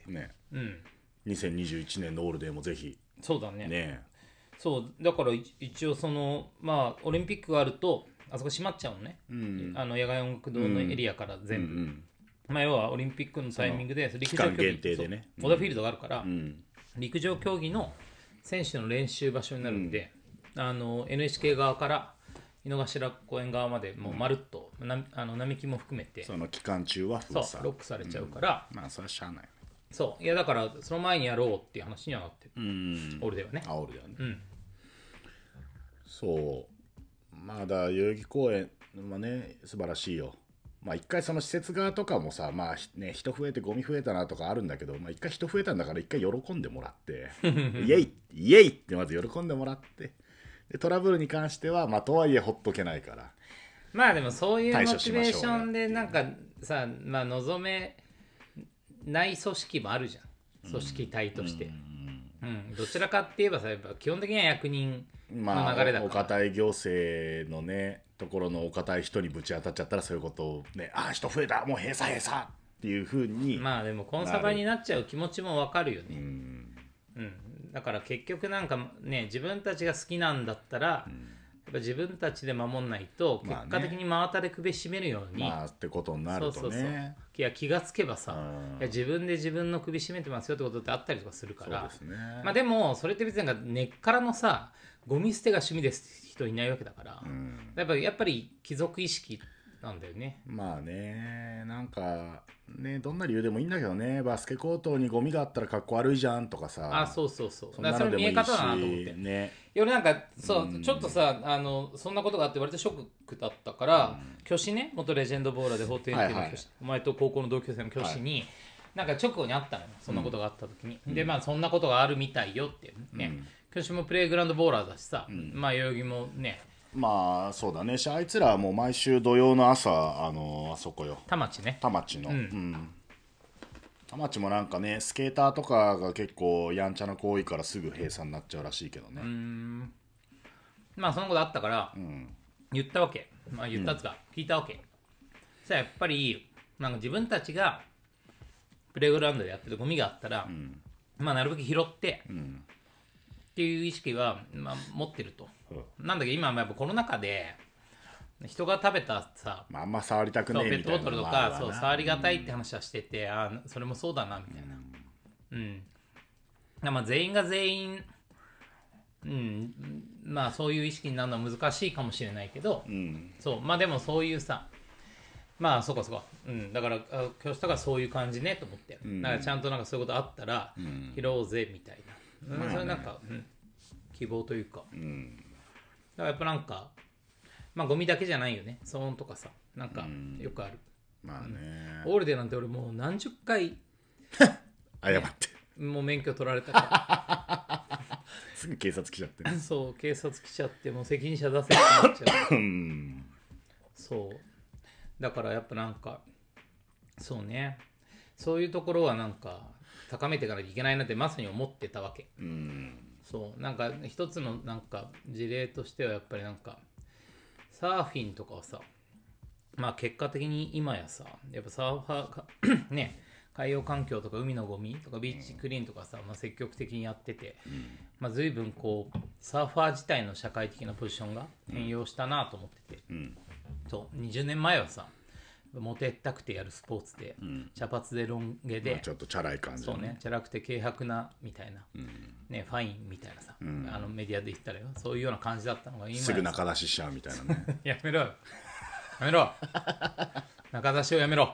2021年のオールデーもぜひ。 そうだね。そうだから一応そのまあオリンピックがあるとあそこ閉まっちゃうのね、野外音楽堂のエリアから全部、 まあ、要はオリンピックのタイミングで陸上競技期間限定でね、 オーダーフィールドがあるから、陸上競技の選手の練習場所になるんで、NHK 側から井の頭公園側までもうまるっと、並木も含めてその期間中は封鎖そうロックされちゃうから、 まあそれはしゃあない。 そういやだからその前にやろうっていう話にはなってる、オールではね。 あ、俺だよね、そうまあだ代々木公園まあね素晴らしいよ。まあ一回その施設側とかもさ、まあね人増えてゴミ増えたなとかあるんだけど、まあ一回人増えたんだから一回喜んでもらってイエイイエイってまず喜んでもらって、でトラブルに関してはまあとはいえほっとけないから、 まあでもそういうモ対処チしましょうねベーションでなんかさ、まあ望めない組織もあるじゃん、組織体として。どちらかって言えばさ、やっぱ基本的には役人の流れだから、 お堅い行政のねところのお堅い人にぶち当たっちゃったらそういうことをね、ああ人増えたもう閉鎖閉鎖っていう風に、 まあでもコンサバになっちゃう気持ちもわかるよね。だから結局なんかね、自分たちが好きなんだったら、やっぱ自分たちで守んないと結果的に真綿で首絞めるように、 まあってことになるとね、 いや気がつけばさ、いや自分で自分の首絞めてますよってことってあったりとかするから、 そうですね。 まあでもそれって別になんか根っからのさゴミ捨てが趣味です人いないわけだから、やっぱり貴族意識なんだよね。 まあね、なんかねどんな理由でもいいんだけどね、バスケコートにゴミがあったらかっこ悪いじゃんとかさ、 そうそうそう、 そんなのでもいいし、 それ見え方だなと思ってね、 俺なんかそうちょっとさそんなことがあって割とショックだったから、虚子ね、元レジェンドボーラーで法廷っていうの虚子、お前と高校の同級生の虚子に、なんか直後にあったのよ、そんなことがあった時に、でまあそんなことがあるみたいよってね、虚子もプレイグラウンドボーラーだしさ、まあ代々木もね、 まあそうだね、あいつらはもう毎週土曜の朝あそこよ、 田町ね、 田町の、田町もなんかねスケーターとかが結構やんちゃな子多いからすぐ閉鎖になっちゃうらしいけどね。 まあそのことあったから、言ったわけ、まあ言ったっつか、聞いたわけ。さあやっぱりなんか自分たちがプレイグラウンドでやってるゴミがあったら、まあなるべく拾って、っていう意識は、まあ、持ってると、なんだけど今はやっぱコロナ禍で人が食べたさ、 まあ、あんま触りたくねえみたいな、 ペットボトルとかそう触りがたいって話はしてて、それもそうだなみたいな、まあ全員が全員まあそういう意識になるのは難しいかもしれないけど、そうまあでもそういうさ、まあそうかそうか、だから今日したからそういう感じねと思って、だからちゃんとなんかそういうことあったら拾おうぜみたいな、それなんか、希望というか、だからやっぱなんかまあゴミだけじゃないよね、騒音とかさ、なんかよくある、 まあね、 オールデーなんて俺もう何十回謝ってもう免許取られたからすぐ警察来ちゃってそう警察来ちゃってもう責任者出せってなっちゃうそうだからやっぱなんかそうね、そういうところはなんか高めていかなきゃいけないなってまさに思ってたわけ。そうなんか一つのなんか事例としてはやっぱりなんかサーフィンとかはさ、まあ結果的に今やさやっぱサーファーかね、海洋環境とか海のゴミとかビーチクリーンとかさ、まあ、積極的にやってて、まあ、随分こうサーファー自体の社会的なポジションが変容したなと思ってて、そう20年前はさモテたくてやるスポーツで、茶髪でロン毛で、 まあ、ちょっとチャラい感じ、 そうね、チャラくて軽薄なみたいな、ね、ファインみたいなさ、メディアで言ったらよ、そういうような感じだったのが今すぐ中出ししちゃうみたいなねやめろよやめろ中出しをやめろ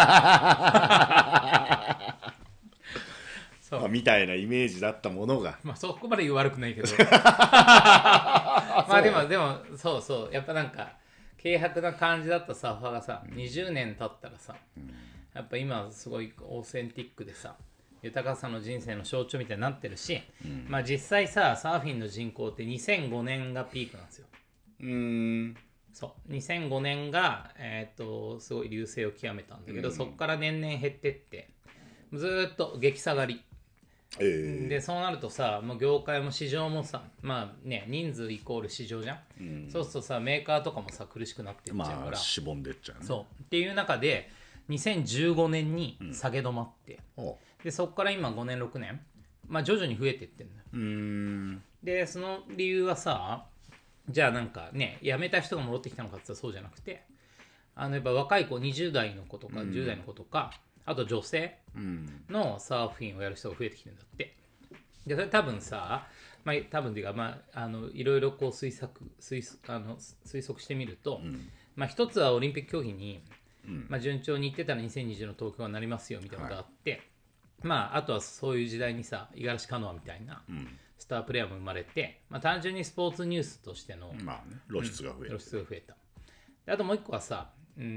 そう、 まあ、みたいなイメージだったものが、 まあそこまで言う悪くないけどまあでもそうそうやっぱなんか軽薄な感じだったサーファーがさ、20年経ったらさ、やっぱ今すごいオーセンティックでさ豊かさの人生の象徴みたいになってるし、まあ実際さサーフィンの人口って2005年がピークなんですよ。そう2005年が、すごい隆盛を極めたんだけど、そこから年々減ってってずーっと激下がり、でそうなるとさもう業界も市場もさまあね人数イコール市場じゃん、そうするとさメーカーとかもさ苦しくなっていっちゃうから、 まあしぼんでっちゃうね。 そうっていう中で2015年に下げ止まって、でそこから今5年6年、まあ徐々に増えていってるのよ。でその理由はさじゃあなんかね辞めた人が戻ってきたのかって言ったらそうじゃなくてやっぱ若い子20代の子とか10代の子とか、あと女性のサーフィンをやる人が増えてきてるんだって。でそれ多分さ、多分っていうか、いろいろこう推測してみると、一つはオリンピック競技に、順調にいってたら2020の東京になりますよみたいなことがあって、あとはそういう時代にさ、五十嵐カノアみたいなスタープレーヤーも生まれて、単純にスポーツニュースとしての、 露出が増えた。であともう一個はさ、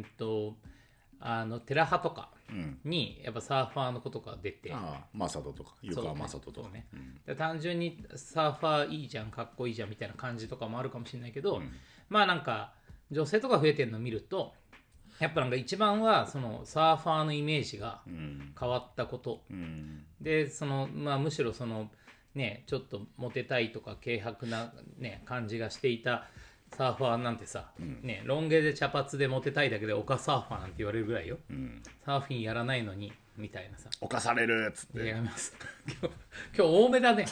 テラハとかにやっぱサーファーの子とか出て、 マサトとか湯川マサトとかね、で単純にサーファーいいじゃん、かっこいいじゃんみたいな感じとかもあるかもしれないけど、なんか女性とか増えてるのを見ると、やっぱなんか一番はそのサーファーのイメージが変わったこと、でむしろそのね、ちょっとモテたいとか軽薄な、感じがしていたサーファーなんてさ、ロン毛で茶髪でモテたいだけで丘サーファーなんて言われるぐらいよ、サーフィンやらないのにみたいなさ、 犯されるっつって。 やめます今日多めだね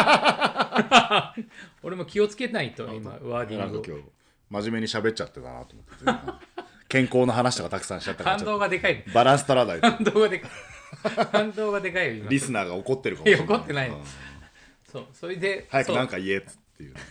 俺も気をつけないと今ワーディングを今日真面目に喋っちゃってたなと思って健康の話とかたくさんしちゃったから反動がでかい、 バランス取らないと反動がでかい反動がでかいよ今。 リスナーが怒ってるかもしれない。 怒ってない、それで早くなんか言えっつっていう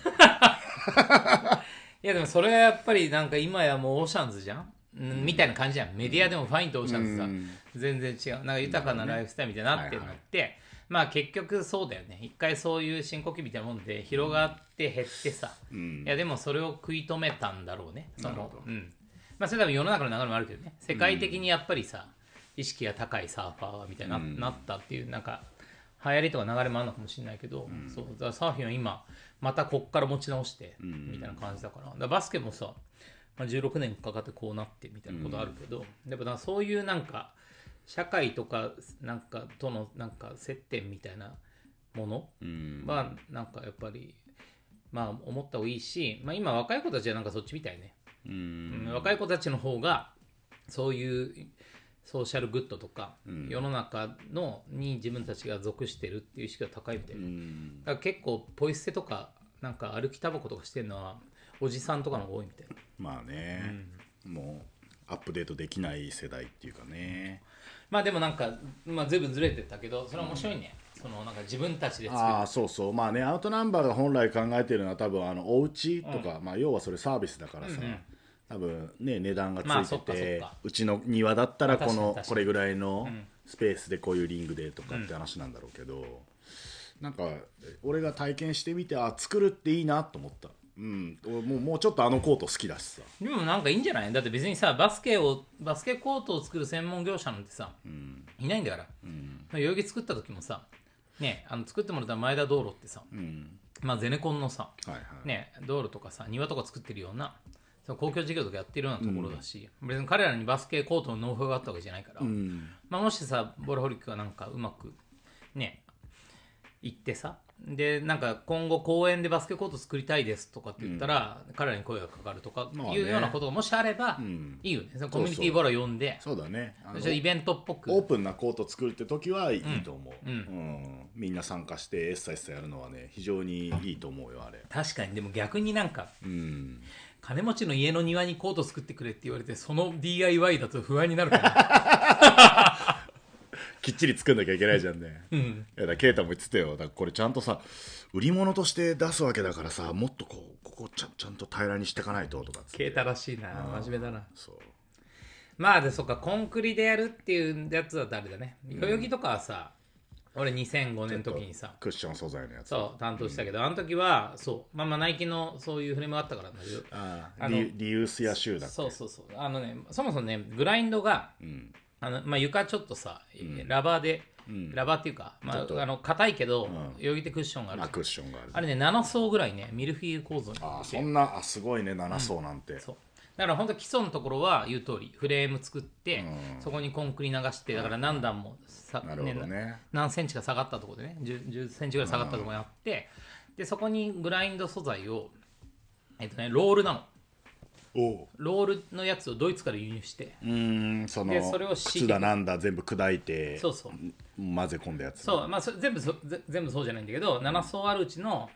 いやでもそれはやっぱりなんか今やもうオーシャンズじゃん、みたいな感じじゃん。メディアでもファインとオーシャンズさ、全然違う、なんか豊かなライフスタイルみたいになってるのって、結局そうだよね。一回そういう深呼吸みたいなもんで広がって減ってさ、いやでもそれを食い止めたんだろうね。そのそれ多分世の中の流れもあるけどね、世界的にやっぱりさ、意識が高いサーファーみたいになったっていう、なんか流行りとか流れもあるのかもしれないけど、そうだからサーフィンは今またこっから持ち直してみたいな感じだから、だからバスケもさ、16年かかってこうなってみたいなことあるけど、やっぱそういうなんか社会とかなんかとのなんか接点みたいなものはなんかやっぱり思った方がいいし、今若い子たちはなんかそっちみたいね。若い子たちの方がそういうソーシャルグッドとか、世の中に自分たちが属してるっていう意識が高いみたいな、だから結構ポイ捨てとかなんか歩きタバコとかしてるのはおじさんとかの方が多いみたいな。 もうアップデートできない世代っていうかね。 でもなんか、随分ずれてたけど、それは面白いね、そのなんか自分たちで作る。 そうアウトナンバーが本来考えてるのは多分お家とか、要はそれサービスだからさ、多分ね、値段がついてて、うちの庭だったらこれぐらいのスペースでこういうリングでとかって話なんだろうけど、なんか俺が体験してみて作るっていいなと思った。もうちょっとコート好きだしさ。 でもなんかいいんじゃない？だって別にさ、バスケコートを作る専門業者なんてさ、いないんだから。代々木作った時もさ、作ってもらった前田道路ってさ、ゼネコンのさ、道路とかさ、庭とか作ってるような公共事業とかやってるようなところだし、別に彼らにバスケコートのノウハウがあったわけじゃないから、もしさ、ボラホリックがなんかうまく行ってさ、でなんか今後公園でバスケコート作りたいですとかって言ったら、彼らに声がかかるとかいうようなことがもしあればいいよね。そのコミュニティボラ呼んで、 そうだね、 イベントっぽくオープンなコート作るって時はいいと思う。みんな参加してエッサエッサやるのはね、非常にいいと思うよあれ。 確かに。でも逆になんか、金持ちの家の庭にコート作ってくれって言われて、その DIY だと不安になるからきっちり作んなきゃいけないじゃんね。いやケイタも言ってたよ。だからこれちゃんとさ、売り物として出すわけだからさ、もっとここちゃんと平らにしていかないととかっつって。 ケイタらしいな、真面目だな。そうで、そっか、コンクリでやるっていうやつは誰だね。代々木とかはさ、俺2005年の時にさ、 クッション素材のやつ担当したけど、あの時はそうナイキのそういうフレームがあったからなんだけど、 リユースやシューだっけ。 そうそもそもね、グラインドが、床ちょっとさ、ラバーで、ラバーっていうか、硬いけどよぎてクッションがある。 クッションがある。 あれね、7層ぐらいね、ミルフィーユ構造になってて。 そんなすごいね、7層なんて。 そうだから本当基礎のところは言う通りフレーム作って、そこにコンクリ流して、だから何段も何センチか下がったところでね、10センチぐらい下がったところにあって、でそこにグラインド素材をロールなの。ロールのやつをドイツから輸入して、 それを靴だなんだ全部砕いて、混ぜ込んだやつ。 全部そうじゃないんだけど、7層あるうちの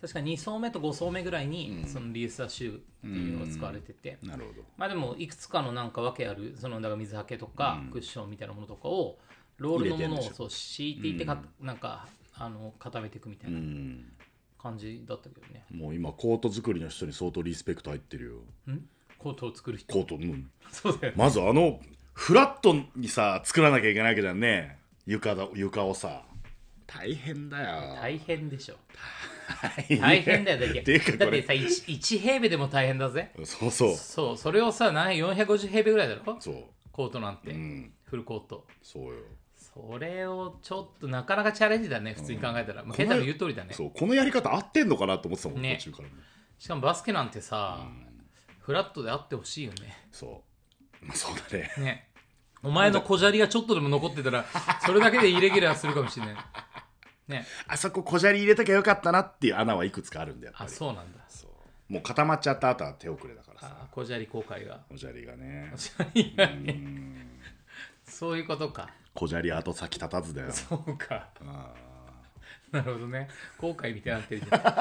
確か2層目と5層目ぐらいに、そのリーサーシューっていうのが使われてて、 なるほど。 まあでもいくつかのなんかわけあるそのだから水はけとか、クッションみたいなものとかをロールのものをそう敷いていってなんか固めていくみたいな感じだったけどね。 もう今コート作りの人に相当リスペクト入ってるよ。 コートを作る人。 コート、 そうだよね。 まずフラットにさ作らなきゃいけないわけじゃんね。床をさ、大変だよ。 大変でしょ。大変だよ。だってさ 1平米でも大変だぜ。そうそれをさ450平米ぐらいだろ。そうコートなんて、フルコート。そうよ。それをちょっとなかなかチャレンジだね、普通に考えたら。ケンタの言う通りだね。 そう、このやり方合ってんのかなと思ってたもん、途中からね。 しかもバスケなんてさ、フラットであってほしいよね。 そうだね。お前の小砂利がちょっとでも残ってたらそれだけでイレギュラーするかもしれないね。 あそこ小砂利入れときゃよかったなっていう穴はいくつかあるんだよ。 あ、そうなんだ。 もう固まっちゃった後は手遅れだからさ。 小砂利後悔が。 小砂利がね。 そういうことか。 小砂利後先立たずだよ。 そうか。なるほどね。後悔みたいになってるじゃん。なる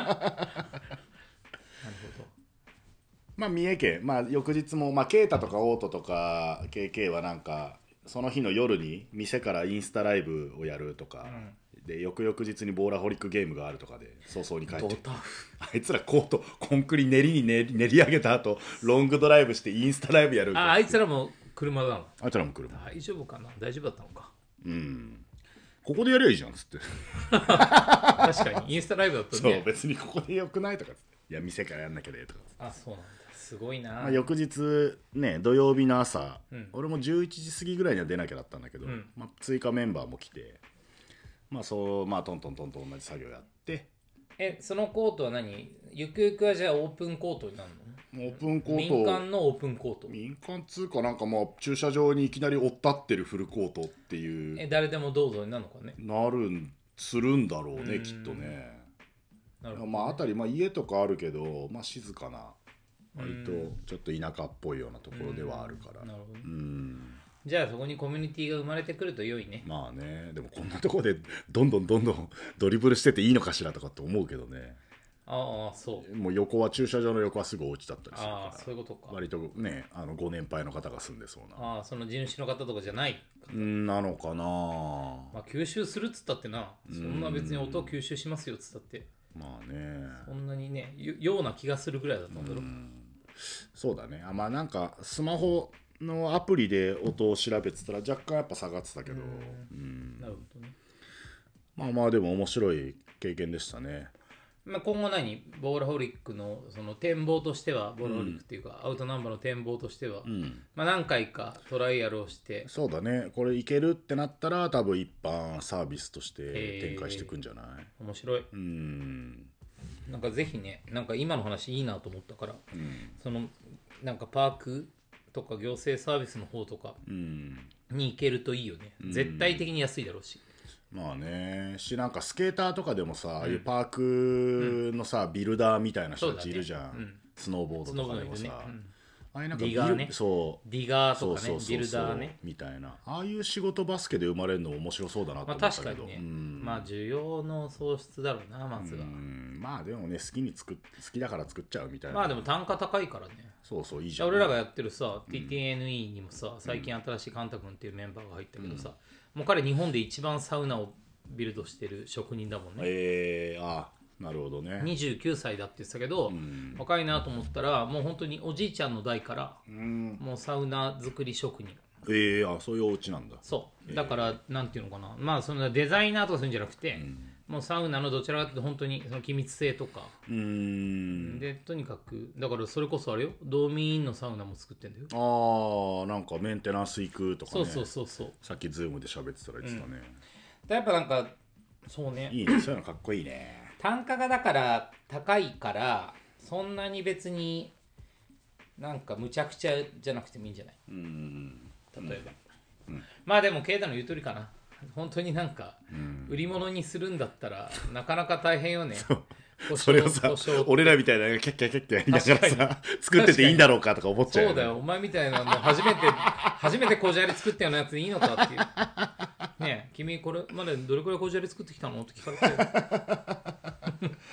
ほど。 まあ三重県、翌日もケイタとかオートとか KK はなんかその日の夜に店からインスタライブをやるとか、で翌々日にボーラホリックゲームがあるとかで早々に帰ってあいつらコートコンクリ練り上げた後ロングドライブしてインスタライブやる。 あいつらも車だの。 あいつらも車。 大丈夫かな。大丈夫だったのか。 ここでやりゃいいじゃんっつって。 確かにインスタライブだったね。 そう別にここでよくないとかっつって、いや店からやんなきゃねとか。 あ、そうなんだ。すごいな。 翌日ね、土曜日の朝、俺も11時過ぎぐらいには出なきゃだったんだけど、追加メンバーも来て、トントン同じ作業やって。 そのコートは何？ゆくゆくはじゃあオープンコートになるの？ オープンコート。 民間のオープンコート。 民間つうかなんか駐車場にいきなりおったってるフルコートっていう。 誰でもどうぞになるのかね。 するんだろうね、きっとね。なるほどね。辺り家とかあるけど静かな。割とちょっと田舎っぽいようなところではあるから。 なるほど。じゃあそこにコミュニティが生まれてくると良いね。 まあね、でもこんなところでどんどんドリブルしてていいのかしらとかって思うけどね。 ああ、そう。 もう駐車場の横はすぐお家だったりするから。 ああ、そういうことか。 割とね、ご年配の方が住んでそうな。 ああ、その地主の方とかじゃない。 なのかな。 吸収するっつったってな、そんな別に音を吸収しますよっつったって。 まあね。 そんなにね、ような気がするぐらいだったんだろ。 そうだね。なんかスマホのアプリで音を調べてたら若干やっぱ下がってたけど。 なるほどね。 でも面白い経験でしたね。 今後ボーラホリックのその展望としては、ボーラホリックっていうか、アウトナンバーの展望としては、何回かトライアルをして。 そうだね。これいけるってなったら多分一般サービスとして展開していくんじゃない？ 面白い。なんかぜひね、なんか今の話いいなと思ったから、そのなんかパークとか行政サービスの方とかに行けるといいよね。絶対的に安いだろうし。 まあね、なんかスケーターとかでもさ、ああいうパークのさ、ビルダーみたいな人たちいるじゃん。スノーボードとかでもさ、ああいうなんかディガーね。ディガーとかね、ビルダーね。 みたいな。ああいう仕事バスケで生まれるの面白そうだなと思ったけど。 確かにね。需要の創出だろうな、まずは。 でもね、好きだから作っちゃうみたいな。 でも単価高いからね。 そういいじゃん。 俺らがやってるさ、TTNE にもさ、最近新しいカンタ君っていうメンバーが入ったけどさ、もう彼日本で一番サウナをビルドしてる職人だもんね。 なるほどね。 29歳だって言ってたけど、若いなと思ったらもう本当におじいちゃんの代から、もうサウナ作り職人。 そういうお家なんだ。 そうだからなんていうのかな、そのデザイナーとかするんじゃなくて、もうサウナのどちらかというと本当にその機密性とかで、とにかくだからそれこそあれよ、ドーミーンのサウナも作ってんだよ。 なんかメンテナンス行くとかね。 そうさっきズームで喋ってたら言ってたね。 やっぱなんかそうね、 いいね、そういうのかっこいいね。 単価がだから高いからそんなに別になんかむちゃくちゃじゃなくてもいいんじゃない？例えば、でもケイタの言う通りかな。本当になんか売り物にするんだったらなかなか大変よね。 それをさ、俺らみたいなキャッキャキャッキャやりながらさ、作ってていいんだろうかとか思っちゃうよね。 そうだよ、お前みたいなもう初めてこじゃり作ったようなやつでいいのかっていうね。君これまでどれくらいこじゃり作ってきたのって聞かれて。 い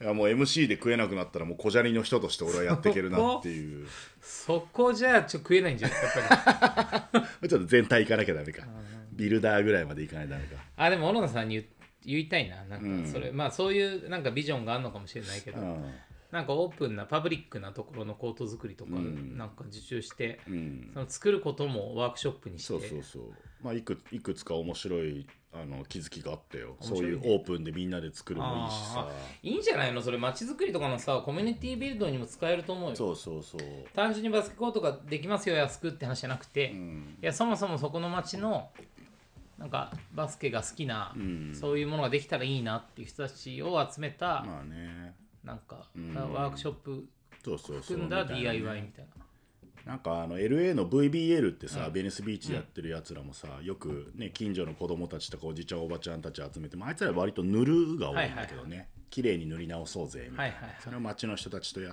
やもう MC で食えなくなったらもう小砂利の人として俺はやっていけるなっていうそこじゃ食えないんじゃないやっぱりちょっと全体行かなきゃダメか、ビルダーぐらいまで行かないとダメか。 でも小野田さんに言いたいな、なんかそれ、まあそういうなんかビジョンがあるのかもしれないけど、なんかオープンなパブリックなところのコート作りとかなんか受注して、その作ることもワークショップにして、 そう、まあ、いくつか面白い気づきがあったよ。そういうオープンでみんなで作るもいいしさ、 いいんじゃないのそれ。街づくりとかのさコミュニティビルドにも使えると思うよ。 そう単純にバスケコートができますよ安くって話じゃなくて、いやそもそもそこの街のなんかバスケが好きな、そういうものができたらいいなっていう人たちを集めた、 まあね、 なんか、ワークショップ組んだ DIY みたいな。 なんかLA の VBL ってさ、ベニスビーチでやってるやつらもさ、よくね近所の子供たちとかおじちゃんおばちゃんたち集めて、あいつら割と塗るが多いんだけどね、綺麗に塗り直そうぜみたいな、それを街の人たちとやって、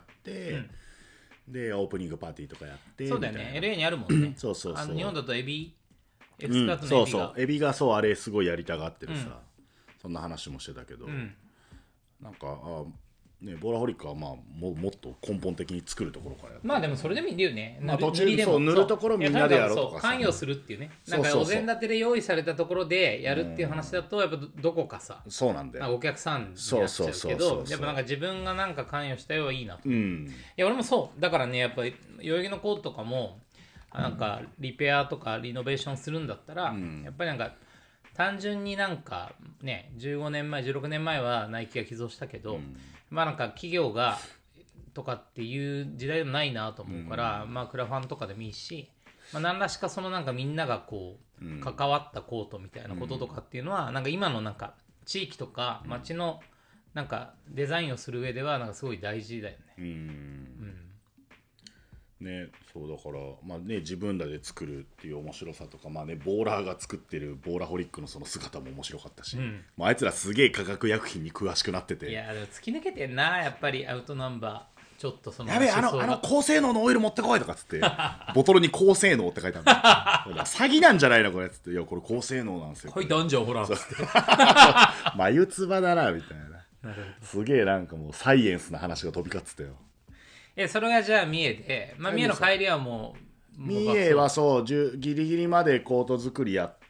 でオープニングパーティーとかやって。 そうだよね、 LA にあるもんね。 そう日本だとエビエクスカートのエビが、 エビがそうあれすごいやりたがってるさ、そんな話もしてたけど、なんかね、ボーラホリックはまあもっと根本的に作るところからやって、 まあでもそれでもいいんだよね。 途中で塗るところみんなでやろうとかさ、 関与するっていうね、なんかお膳立てで用意されたところでやるっていう話だとやっぱどこかさ、 そうなんだよ、 お客さんになっちゃうけど、やっぱなんか自分がなんか関与したよはいいなと、いや俺もそうだからね、やっぱり代々木のコートとかもなんかリペアとかリノベーションするんだったら、やっぱりなんか単純になんかね15年前16年前はナイキが寄贈したけど、まあなんか企業がとかっていう時代でもないなと思うから、まあクラファンとかでもいいし、まあ、何らしかそのなんかみんながこう関わったコートみたいなこととかっていうのは、なんか今のなんか地域とか街のなんかデザインをする上ではなんかすごい大事だよね。 ね、そうだから、まあね、自分らで作るっていう面白さとか、まあね、ボーラーが作ってるボーラホリックのその姿も面白かったし、まあ、あいつらすげえ化学薬品に詳しくなってて、 いやでも突き抜けてんなやっぱりアウトナンバーちょっとそのやべえ高性能のオイル持ってこいとかっつってボトルに高性能って書いてある詐欺なんじゃないのこれっつって、いやこれ高性能なんですよ書いてあんじゃんほらっつって眉唾だなみたいな、すげえなんかもうサイエンスな話が飛び交ってたよ。 それがじゃあ三重で、まあ、三重の帰りはもう三重はそうギリギリまでコート作りやって、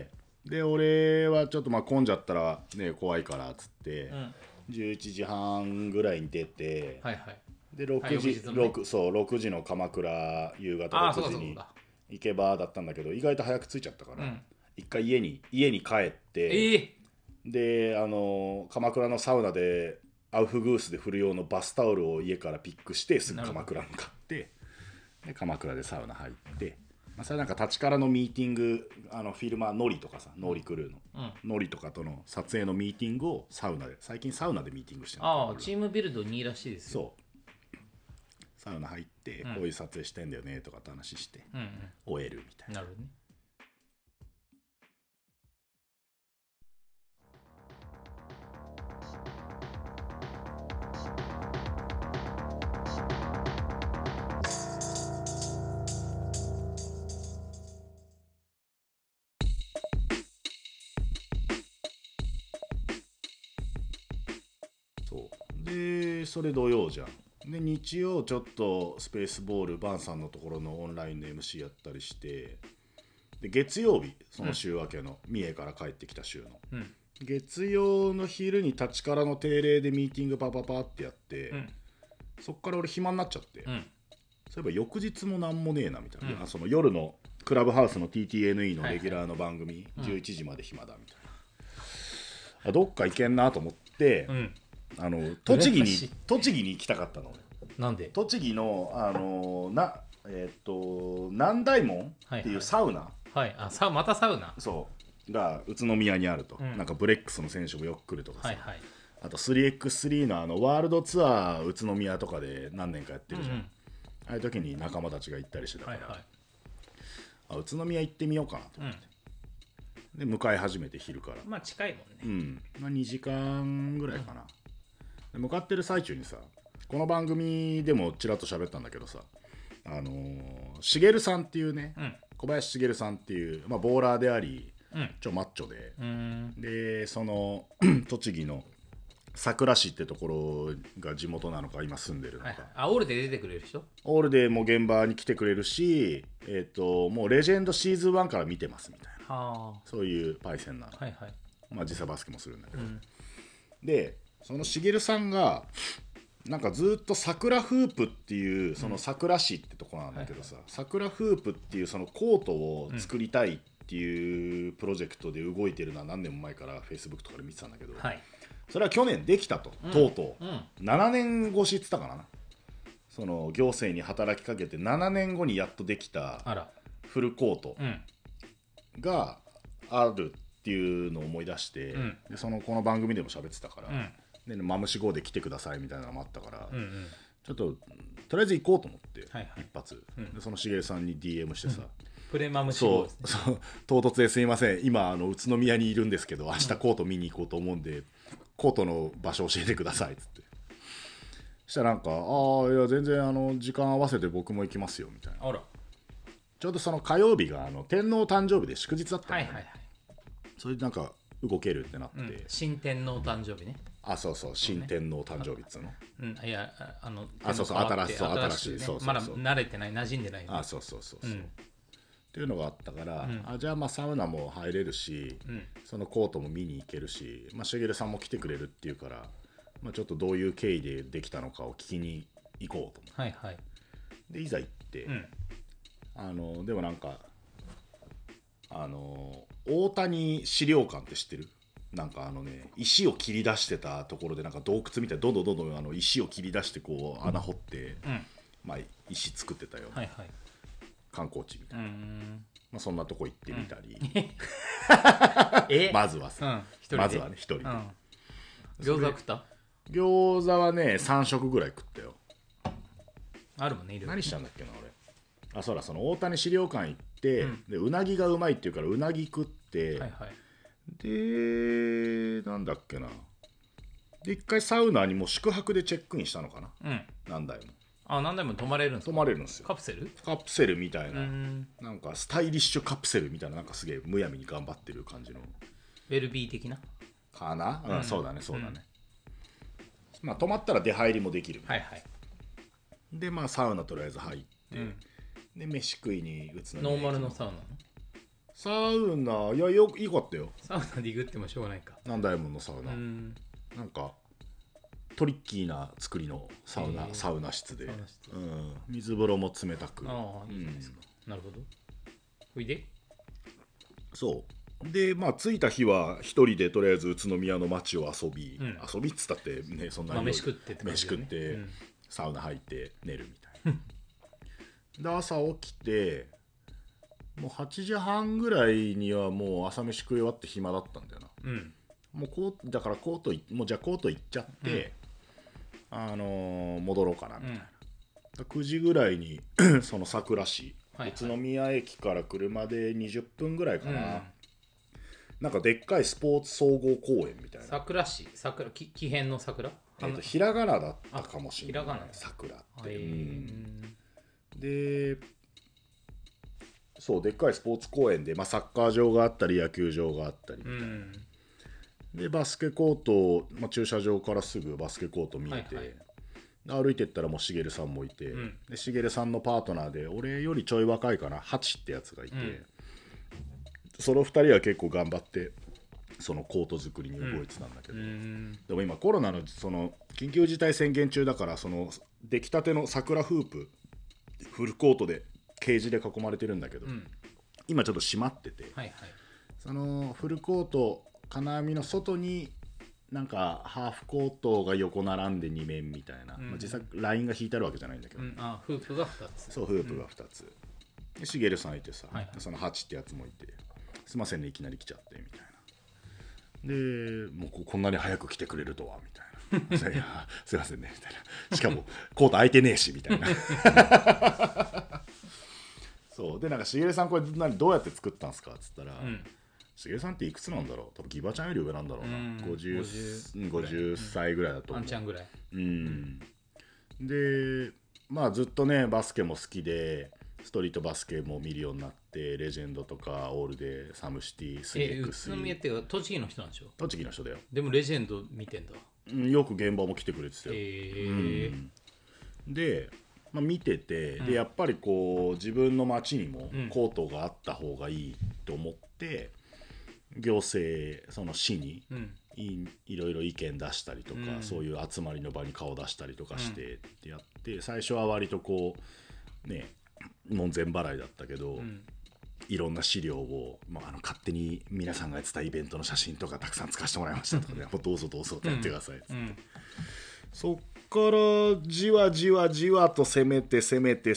で俺はちょっとまあ混んじゃったらね怖いからっつって、11時半ぐらいに出て、で6時の鎌倉夕方6時に行けばだったんだけど、意外と早く着いちゃったから、一回家に帰って、で鎌倉のサウナでアウフグースで振る用のバスタオルを家からピックしてすぐ鎌倉に買って、で鎌倉でサウナ入って、まあ、それなんか立ちからのミーティングフィルマーノリとかさ、ノリクルーの、ノリとかとの撮影のミーティングをサウナで、最近サウナでミーティングしてる。 チームビルド2らしいですよ。 そうサウナ入って、こういう撮影してんだよねとかって話して、終えるみたいな。 なるほどね。 でそれ土曜じゃん。で日曜ちょっとスペースボールバンさんのところのオンラインの MC やったりして、で月曜日その週明けの、三重から帰ってきた週の、月曜の昼に立ちからの定例でミーティングパってやって、そっから俺暇になっちゃって、そういえば翌日もなんもねえなみたいな、その夜のクラブハウスの TTNE のレギュラーの番組、11時まで暇だみたいな、どっか行けんなと思って、栃木に行きたかったの。 なんで？ 栃木の南大門っていうサウナ、 またサウナそうが宇都宮にあると、なんかブレックスの選手もよく来るとかさ、あと 3x3 のワールドツアー宇都宮とかで何年かやってるじゃん、ああいう時に仲間たちが行ったりしてたから、宇都宮行ってみようかなと思って、で向かい始めて昼から、 まあ近いもんね、 まあ、2時間ぐらいかな、で向かってる最中にさ、この番組でもちらっと喋ったんだけどさ、しげるさんっていうね、小林しげるさんっていう、まあ、ボーラーであり、マッチョで、でその栃木の桜市ってところが地元なのか今住んでるのか、 はいはい、あオールで出てくれる人オールでもう現場に来てくれるし、もうレジェンドシーズン1から見てますみたいな、 はそういうパイセンなの、 はいはい、 まあ実際バスケもするんだけど、でそのしげるさんがなんかずっと桜フープっていうその桜市ってとこなんだけどさ、桜フープっていうそのコートを作りたいっていうプロジェクトで動いてるのは何年も前から Facebook とかで見てたんだけど、 はい、 それは去年できたと、とうとう、7年越しって言ったかな、その行政に働きかけて7年後にやっとできたフルコートがあるっていうのを思い出して、でこの番組でも喋ってたから、でマムシ号で来てくださいみたいなのもあったから、ちょっととりあえず行こうと思って、一発、でそのしげるさんに DM してさ、 プレマムシ号ですね、 そう唐突ですいません今宇都宮にいるんですけど明日コート見に行こうと思うんで、コートの場所教えてくださいっつって、そしたらなんかいや全然時間合わせて僕も行きますよみたいな。 あら、 ちょうどその火曜日が天皇誕生日で祝日だったの、ね、 はいはいはい、 それでなんか動けるってなって、 新天皇誕生日ね、 そうそう新天皇誕生日っつうの、 いやそうそう新しい、 ね、 そうそうそう、 まだ慣れてない馴染んでない、ね、 そうそうそうそう、っていうのがあったから、じゃあまあサウナも入れるし、そのコートも見に行けるし、しげるさんも来てくれるっていうから、ちょっとどういう経緯でできたのかを聞きに行こうと思って、 はいはい、 でいざ行って、でもなんか大谷資料館って知ってる？なんか石を切り出してたところでなんか洞窟みたいにどんどん石を切り出してこう穴掘って、石作ってたよ、 はいはい、 観光地みたいな、そんなとこ行ってみたり、まずはさ、まずはね一人で、 餃子食った？ 餃子はね3食ぐらい食ったよ。 あるもんね、いろいろ。 何したんだっけな俺。そうだ、その大谷資料館行って、でうなぎがうまいっていうからうなぎ食って、でなんだっけな、で一回サウナにも宿泊でチェックインしたのかな、何台も。 何台も泊まれるんですか？ 泊まれるんですよ。 カプセルみたいな、なんかスタイリッシュカプセルみたいな、なんかすげえむやみに頑張ってる感じのウェルビー的なかな、そうだねそうだね、泊まったら出入りもできるみたいな、でサウナとりあえず入って、で飯食いに宇都宮ノーマルのサウナのサウナ、いやよかったよ。 サウナで行くってもしょうがないか。 何台ものサウナ、なんかトリッキーな作りのサウナ室で、水風呂も冷たく、 いいじゃないですか。なるほど。おいで。 そうで着いた日は一人でとりあえず宇都宮の街を遊びっつったってね、そんなに飯食ってサウナ入って寝るみたいなで朝起きてもう8時半ぐらいにはもう朝飯食い終わって暇だったんだよな、もうだからコート行っちゃって、戻ろうかなみたいな、9時ぐらいにその桜市、宇都宮駅から車で20分ぐらいかな、なんかでっかいスポーツ総合公園みたいな。 桜市、木偏の桜、 ひらがなだったかもしれない。 ひらがな桜って、でそうでっかいスポーツ公園で、サッカー場があったり野球場があったりみたいな、でバスケコート、駐車場からすぐバスケコート見えて、歩いてったらもうしげるさんもいて、でしげるさんのパートナーで俺よりちょい若いかなハチってやつがいて、その2人は結構頑張ってそのコート作りに動いてたんだけど、でも今コロナのその緊急事態宣言中だから、その出来たての桜フープフルコートでケージで囲まれてるんだけど、今ちょっと閉まってて、そのフルコート金網の外になんかハーフコートが横並んで2面みたいな、実際ラインが引いてあるわけじゃないんだけど、 フープが2つ。 そうフープが2つ、でしげるさんいてさ、そのハチってやつもいて、すいませんねいきなり来ちゃってみたいな、でもうこんなに早く来てくれるとはみたいないやすいませんねみたいな、しかもコート空いてねえしみたいなそうでなんかしげるさんこれどうやって作ったんすかっつったら、しげるさんっていくつなんだろう、多分ギバちゃんより上なんだろうな、50歳ぐらいだと思う。 あんちゃんぐらい。 でずっとねバスケも好きでストリートバスケも見るようになって、レジェンドとかオールでサムシティ 3x3。 宇都宮っていうか栃木の人なんでしょ？ 栃木の人だよ。 でもレジェンド見てんだ。 よく現場も来てくれてたよ、で、見てて、でやっぱりこう自分の町にもコートがあった方がいいと思って、行政その市にいろいろ意見出したりとか、そういう集まりの場に顔出したりとかしてってやって、最初は割とこうね門前払いだったけど、いろんな資料を、勝手に皆さんがやってたイベントの写真とかたくさん使わせてもらいましたとかねどうぞどうぞってやってくださいっつって、そっからじわじわじわと攻めて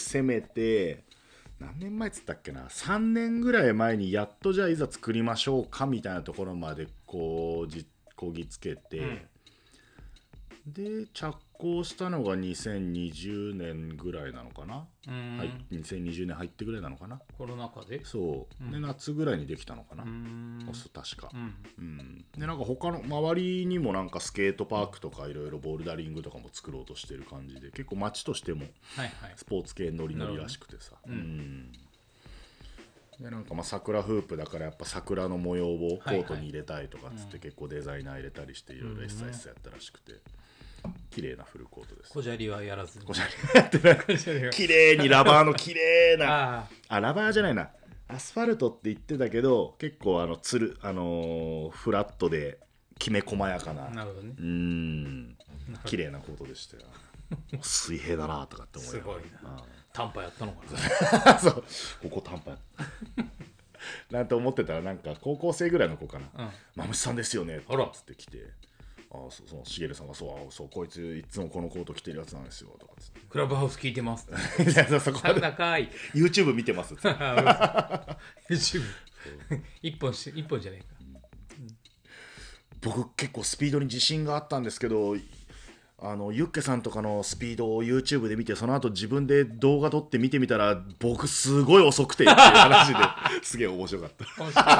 何年前っつったっけな、3年ぐらい前にやっとじゃあいざ作りましょうかみたいなところまでこぎつけて、で着工したのが2020年ぐらいなのかな、2020年入ってぐらいなのかな、 コロナ禍で、 そうで夏ぐらいにできたのかな、確か、でなんか他の周りにもなんかスケートパークとかいろいろボルダリングとかも作ろうとしてる感じで、結構街としてもスポーツ系ノリノリらしくてさ、でなんか桜フープだからやっぱ桜の模様をコートに入れたいとかっつって結構デザイナー入れたりしていろいろエッサエッサやったらしくて、綺麗なフルコートです。 小砂利はやらずに、 小砂利やってない綺麗にラバーの綺麗なラバーじゃないな、アスファルトって言ってたけど結構フラットできめ細やかな、 なるほどね、 綺麗なコートでしたよ水平だなとかって思いすごいな、短パやったのかなそうここ短パなんて思ってたら、なんか高校生ぐらいの子かな、マムシさんですよねってつって来て、そうしげるさんがそうこいついつもこのコート着てるやつなんですよとかつって、 クラブハウス聞いてますそこで YouTube 見てますって YouTube 一本じゃないか、 僕結構スピードに自信があったんですけど、ユッケさんとかのスピードを YouTube で見て、その後自分で動画撮って見てみたら僕すごい遅くてっていう話ですげえ面白かった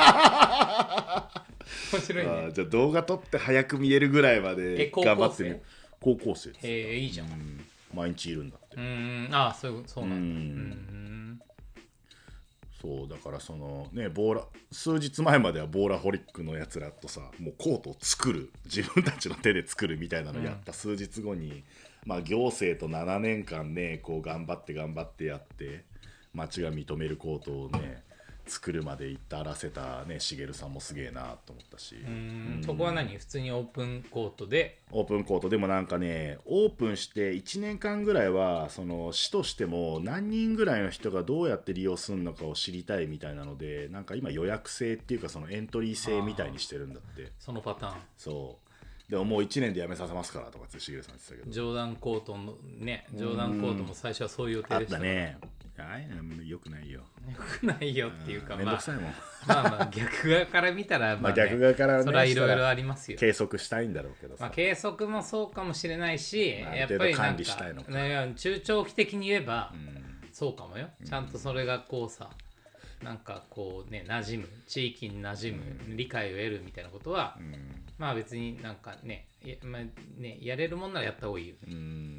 面白いね。 じゃあ動画撮って早く見えるぐらいまで頑張ってみる。高校生です。 いいじゃん。 毎日いるんだって。 そうなんだ。 そうだからそのね数日前まではボーラホリックのやつらとさ、もうコートを作る、自分たちの手で作るみたいなのやった数日後に、行政と7年間ねこう頑張ってやって町が認めるコートをね作るまで至らせたねしげるさんもすげえなと思ったし、 そこは普通にオープンコートでもなんかね、オープンして1年間ぐらいはその市としても何人ぐらいの人がどうやって利用するのかを知りたいみたいなので、なんか今予約制っていうかそのエントリー制みたいにしてるんだって。 そのパターン。 そうでももう1年で辞めさせますからとかってしげるさん言ってたけど、 ジョーダンコートも最初はそういう予定でした、 ね、よくないよっていうか、 めんどくさいもん逆側から見たら逆側からね、 それはいろいろありますよ。 計測したいんだろうけどさ、 計測もそうかもしれないし、やっぱり管理したいのか、 中長期的に言えばそうかもよ。ちゃんとそれがこうさ、なんかこうね馴染む、地域に馴染む、理解を得るみたいなことは、別になんかねやれるもんならやった方がいいよね。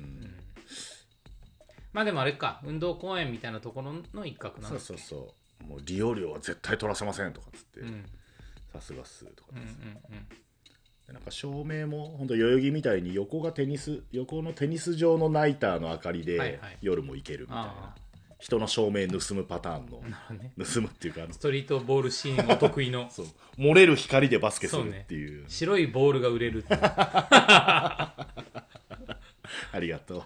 でもあれか、運動公園みたいなところの一角なんだっけ。 そうもう利用料は絶対取らせませんとかっつって、さすがっすとかっつって、なんか照明も本当代々木みたいに横のテニス場のナイターの明かりで夜も行けるみたいな、人の照明盗むパターンの、盗むっていうかストリートボールシーンお得意のそう漏れる光でバスケするっていう、 白いボールが売れるってありがとう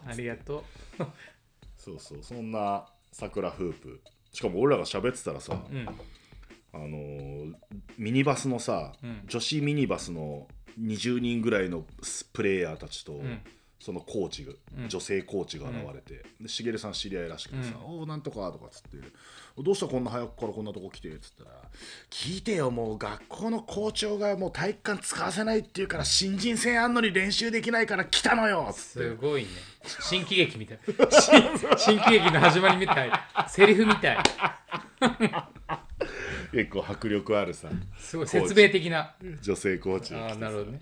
そんな桜フープ、しかも俺らが喋ってたらさ、ミニバスのさ、女子ミニバスの20人ぐらいのプレイヤーたちと、そのコーチが、女性コーチが現れて、でしげるさん知り合いらしくてさ、おなんとかとかっつって、どうしたこんな早くからこんなとこ来てっつったら、聞いてよ、もう学校の校長がもう体育館使わせないっていうから、新人戦あんのに練習できないから来たのよっつって。 すごいね、新喜劇みたい新喜劇の始まりみたい、セリフみたい結構迫力あるさ、 すごい説明的な女性コーチが来てさ、なるほどね、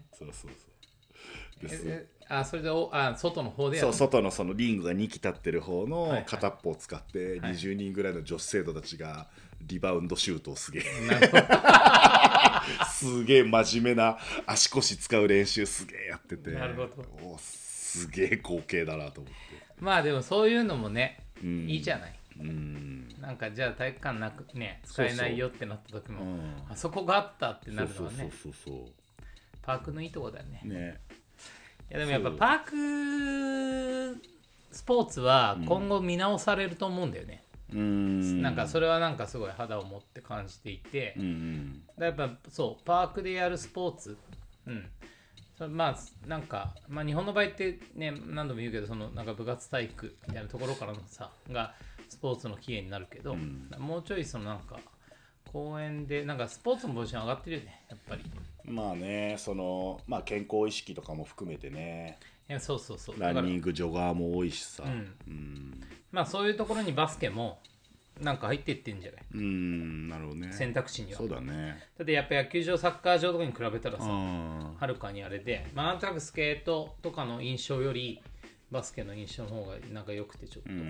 ですそれで外の方で外のそのリングが2機立ってる方の片っぽを使って20人ぐらいの女子生徒たちがリバウンドシュートをすげえすげえ真面目な足腰使う練習すげえやってて、 なるほど。 おすげえ光景だなと思って。 まあでもそういうのもね、 うんいいじゃない。なんかじゃあ体育館なくね使えないよってなった時も、あそこがあったってなるのはね、 そうパークのいいとこだよね。 ね。 いやでもやっぱパークスポーツは今後見直されると思うんだよね。なんかそれはなんかすごい肌を持って感じていて、やっぱそうパークでやるスポーツ、まあなんか、まあ、日本の場合ってね何度も言うけどそのなんか部活体育みたいなところからのさがスポーツの起源になるけど、もうちょいそのなんか公園でなんかスポーツのポジション上がってるよねやっぱり。 まあね、そのまあ健康意識とかも含めてね。 いやそうランニングジョガーも多いしさ、 まあそういうところにバスケもなんか入っていってんじゃない。 なるほどね。 選択肢には。 そうだね。 だってやっぱ野球場サッカー場とかに比べたらさはるかにあれで、まあなんとなくスケートとかの印象よりバスケの印象の方がなんか良くてちょっと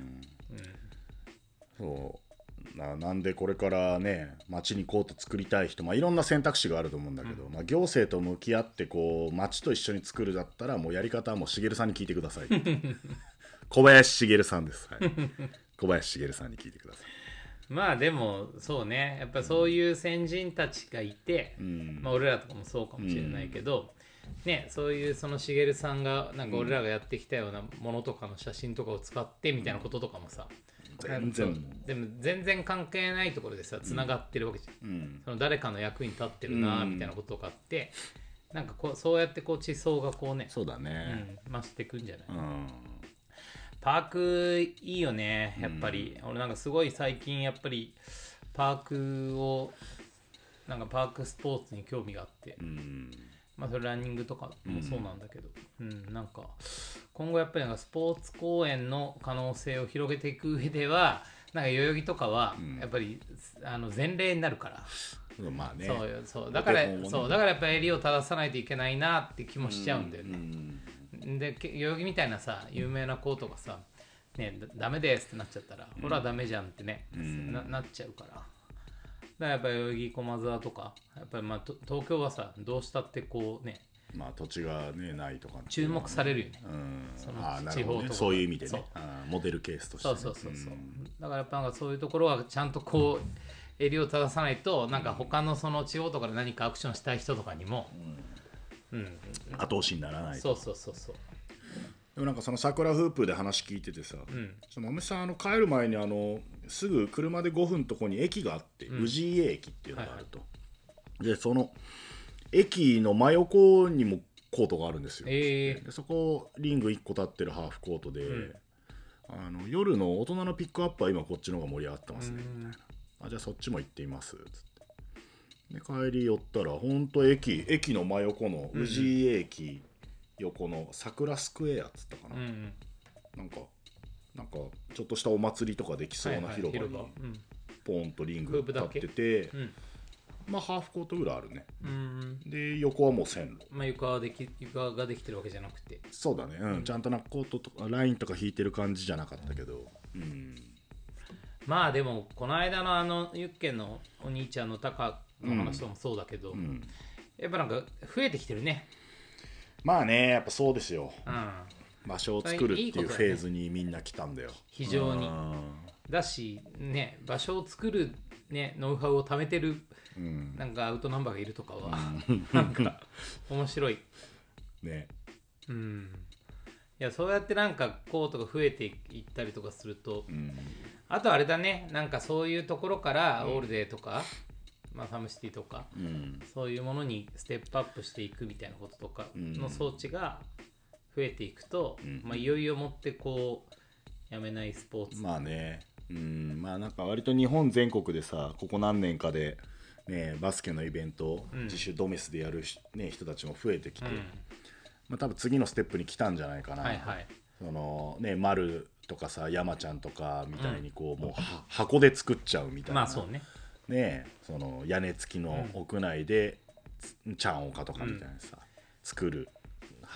そうなんでこれからね街にコート作りたい人、まあ、いろんな選択肢があると思うんだけど、まあ、行政と向き合ってこう街と一緒に作るだったらもうやり方はもう茂さんに聞いてください小林茂さんです、はい、小林茂さんに聞いてください。 まあでもそうねやっぱそういう先人たちがいて、まあ俺らとかもそうかもしれないけど、ね、そういうその茂さんがなんか俺らがやってきたようなものとかの写真とかを使ってみたいなこととかもさ、でも全然関係ないところでさつながってるわけじゃん、その誰かの役に立ってるなみたいなこととかって、なんかこうそうやってこう地層がこうねそうだね、 増していくんじゃない、パークいいよねやっぱり、俺なんかすごい最近やっぱりパークをなんかパークスポーツに興味があって、まあそれランニングとかもそうなんだけど、なんか今後やっぱりなんかスポーツ公園の可能性を広げていく上ではなんか代々木とかはやっぱり、前例になるから、 まあね、 そうだからやっぱり襟を正さないといけないなって気もしちゃうんだよね、で代々木みたいなさ有名なコートがさねダメですってなっちゃったら、ほらダメじゃんってね、なっちゃうから。だからやっぱり代々木駒沢とかやっぱりまあ東京はさどうしたってこうねまあ土地がねないとか注目されるよね、その地方とか、 そういう意味でねモデルケースとして、 そうだからやっぱなんかそういうところはちゃんとこう襟を正さないとなんか他のその地方とかで何かアクションしたい人とかにも、 後押しにならない。 そうでもなんかその桜フープで話聞いててさ、豆さん帰る前にすぐ車で5分のとこに駅があって、宇治家駅っていうのがあると、でその駅の真横にもコートがあるんですよ、でそこリング1個立ってるハーフコートで、夜の大人のピックアップは今こっちの方が盛り上がってますねみたいな、じゃあそっちも行ってみますつってで帰り寄ったらほんと駅の真横の宇治家駅横の桜スクエアっつったかな、なんかちょっとしたお祭りとかできそうな広場にポーンとリング立ってて、まあハーフコートぐらいあるね、で横はもう線路、 まあ床ができてるわけじゃなくて、 そうだね、ちゃんとなんかコートとかラインとか引いてる感じじゃなかったけど、 まあでもこの間のユッケのお兄ちゃんのタカの話ともそうだけど、やっぱなんか増えてきてるね。 まあねやっぱそうですよ、場所を作るっていうフェーズにみんな来たんだよ、 非常にだしね、場所を作るねノウハウを貯めてる、なんかアウトナンバーがいるとかはなんか面白いね。 いやそうやってなんかコートが増えていったりとかすると、あとあれだね、なんかそういうところからオールデーとか、まあ、サムシティとか、そういうものにステップアップしていくみたいなこととかの装置が増えていくと、まあ、いよいよもってこうやめないスポーツ、 まあね、まあなんか割と日本全国でさここ何年かで、ね、バスケのイベント、自主ドメスでやる、人たちも増えてきて、まあ、多分次のステップに来たんじゃないかな、そのね丸とかさ山ちゃんとかみたいにこう、もう箱で作っちゃうみたいな、 まあそうね、 その屋根付きの屋内で、ちゃんおかとかみたいなさ、作る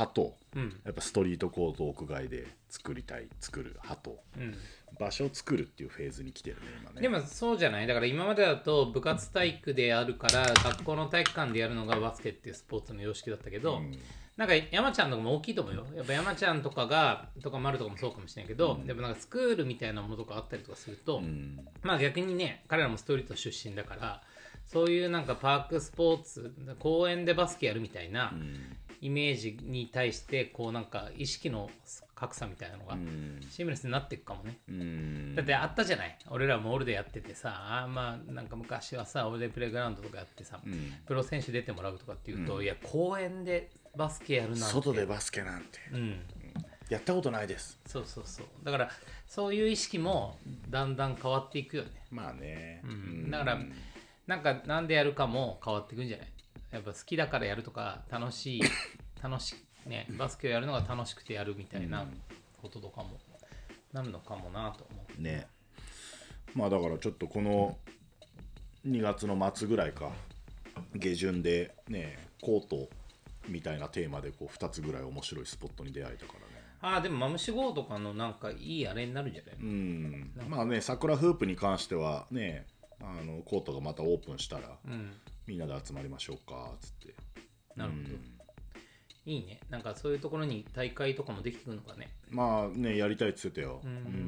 派と、 うんやっぱストリートコート屋外で作る派と、 うん場所を作るっていうフェーズに来てるね今ね。 でもそうじゃない。だから今までだと部活体育でやるから学校の体育館でやるのがバスケっていうスポーツの様式だったけど、なんか山ちゃんとかも大きいと思うよ。やっぱ山ちゃんとか丸とかもそうかもしれないけど、でもなんかスクールみたいなものとかあったりとかすると、まあ逆にね、彼らもストリート出身だからそういうなんかパークスポーツ公園でバスケやるみたいなイメージに対してこうなんか意識の格差みたいなのがシームレスになっていくかもね。だってあったじゃない。俺らもオールでやっててさ、まあなんか昔はさオールデプレイグラウンドとかやってさ、プロ選手出てもらうとかっていうと、いや公園でバスケやるなんて、 外でバスケなんて、やったことないです。 そうだからそういう意識もだんだん変わっていくよね。 まあね、 だからなんでやるかも変わっていくんじゃない。やっぱ好きだからやるとか楽しいね、バスケをやるのが楽しくてやるみたいなこととかもなるのかもなと思うね。まあだからちょっとこの2月の末ぐらいか下旬でね、コートみたいなテーマでこう2つぐらい面白いスポットに出会えたからね。 でもマムシ号とかのなんかいいあれになるんじゃない。 まあね、桜フープに関してはね、コートがまたオープンしたら、みんなで集まりましょうかっつって。 なるほど、いいね。なんかそういうところに大会とかもできてくるのかね。 まあね、やりたいって言ってたよ。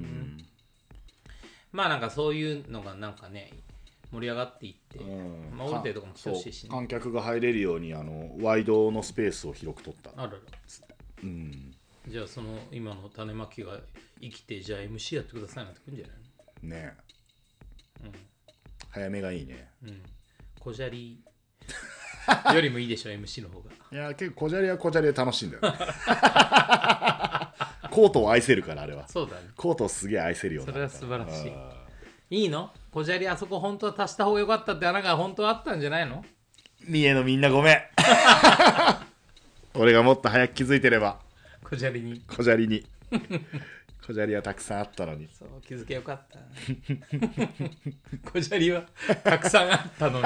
まあなんかそういうのがなんかね盛り上がっていって、まあ、オールデーとかも来てほしいし、ね、 観客が入れるようにワイドのスペースを広く取った。 あらら、じゃあその今の種まきが生きて、じゃあ MC やってくださいなんてくるんじゃないのね。 早めがいいね。 小砂利よりもいいでしょMC の方が。 いや結構小砂利は小砂利で楽しいんだよね。コートを愛せるからあれは。 そうだね。 コートをすげえ愛せるような。 それは素晴らしい。いいの？小砂利あそこ本当は足した方が良かったって穴が本当はあったんじゃないの？ 三重のみんなごめん。俺がもっと早く気づいてれば。 小砂利に。 小砂利に。小砂利はたくさんあったのに。 そう気づけよかった。小砂利はたくさんあったのに。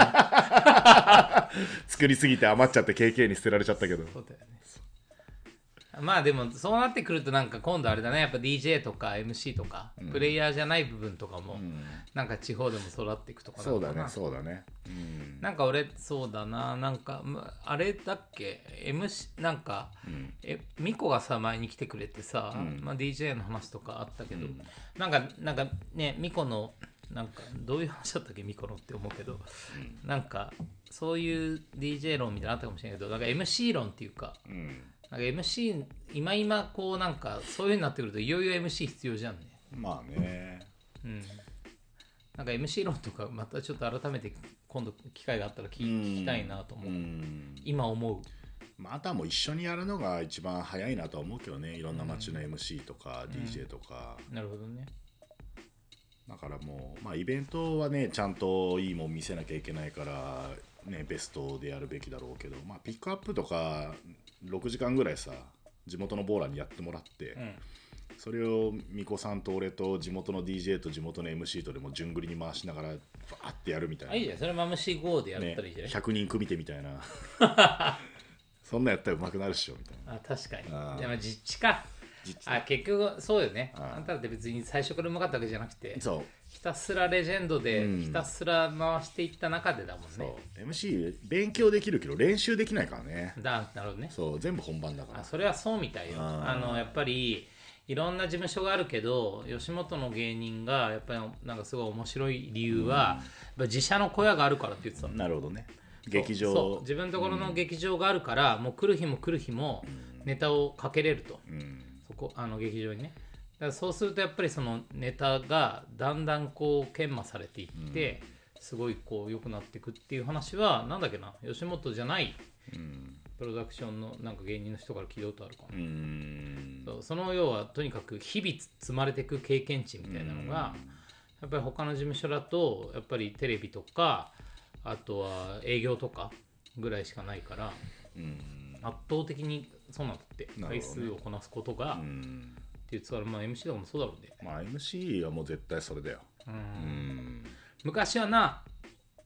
作りすぎて余っちゃって KK に捨てられちゃったけど。 そうだよね。まあでもそうなってくるとなんか今度あれだね、やっぱ DJ とか MC とか、プレイヤーじゃない部分とかも、なんか地方でも育っていくとかなのかな。 そうだね、 なんか俺そうだな、なんかあれだっけ MC なんか、ミコがさ前に来てくれてさ、まあ、DJ の話とかあったけど、なんかねミコのなんかどういう話だったっけミコのって思うけど、なんかそういう DJ 論みたいなのあったかもしれないけど、なんか MC 論っていうか、なんか MC 今こうなんかそういう風になってくるといよいよ MC 必要じゃんね。 まあね。 なんか MC 論とかまたちょっと改めて今度機会があったら聞きたいなと思う。今思う。 まあ、あとはもう一緒にやるのが一番早いなとは思うけどね。いろんな街の MC とか DJ とか。 なるほどね。 だからもう、まあ、イベントはねちゃんといいもん見せなきゃいけないからねベストでやるべきだろうけど、まあ、ピックアップとか6時間ぐらいさ地元のボーラーにやってもらって、それをミコさんと俺と地元の DJ と地元の MC とでも順繰りに回しながらバーってやるみたいな。 いいじゃん、それマムシ GO でやったらいいじゃない、 100人組手みたいな。そんなんやったら上手くなるっしょみたいな。 確かに。でも実地か。結局そうよね。あんたって別に最初からうまかったわけじゃなくて、ひたすらレジェンドでひたすら回していった中でだもんね。 そう MC 勉強できるけど練習できないからね。 なるほどね。 そう全部本番だから。 それはそうみたいよ。やっぱりいろんな事務所があるけど吉本の芸人がやっぱりなんかすごい面白い理由は、やっぱ自社の小屋があるからって言ってたの。 なるほどね。劇場そう自分のところの劇場があるから、もう来る日もネタをかけれると、そこ劇場にね。だからそうするとやっぱりそのネタがだんだんこう研磨されていって、すごいこう良くなっていくっていう話はなんだっけな、吉本じゃないプロダクションのなんか芸人の人から聞いたことあるかな。その要はとにかく日々積まれていく経験値みたいなのが、やっぱり他の事務所だとやっぱりテレビとかあとは営業とかぐらいしかないから、圧倒的にそうなんだって、回数をこなすことがって言ってたから、まあ MC とかもそうだろうね。 まあ MC はもう絶対それだよ。 昔はな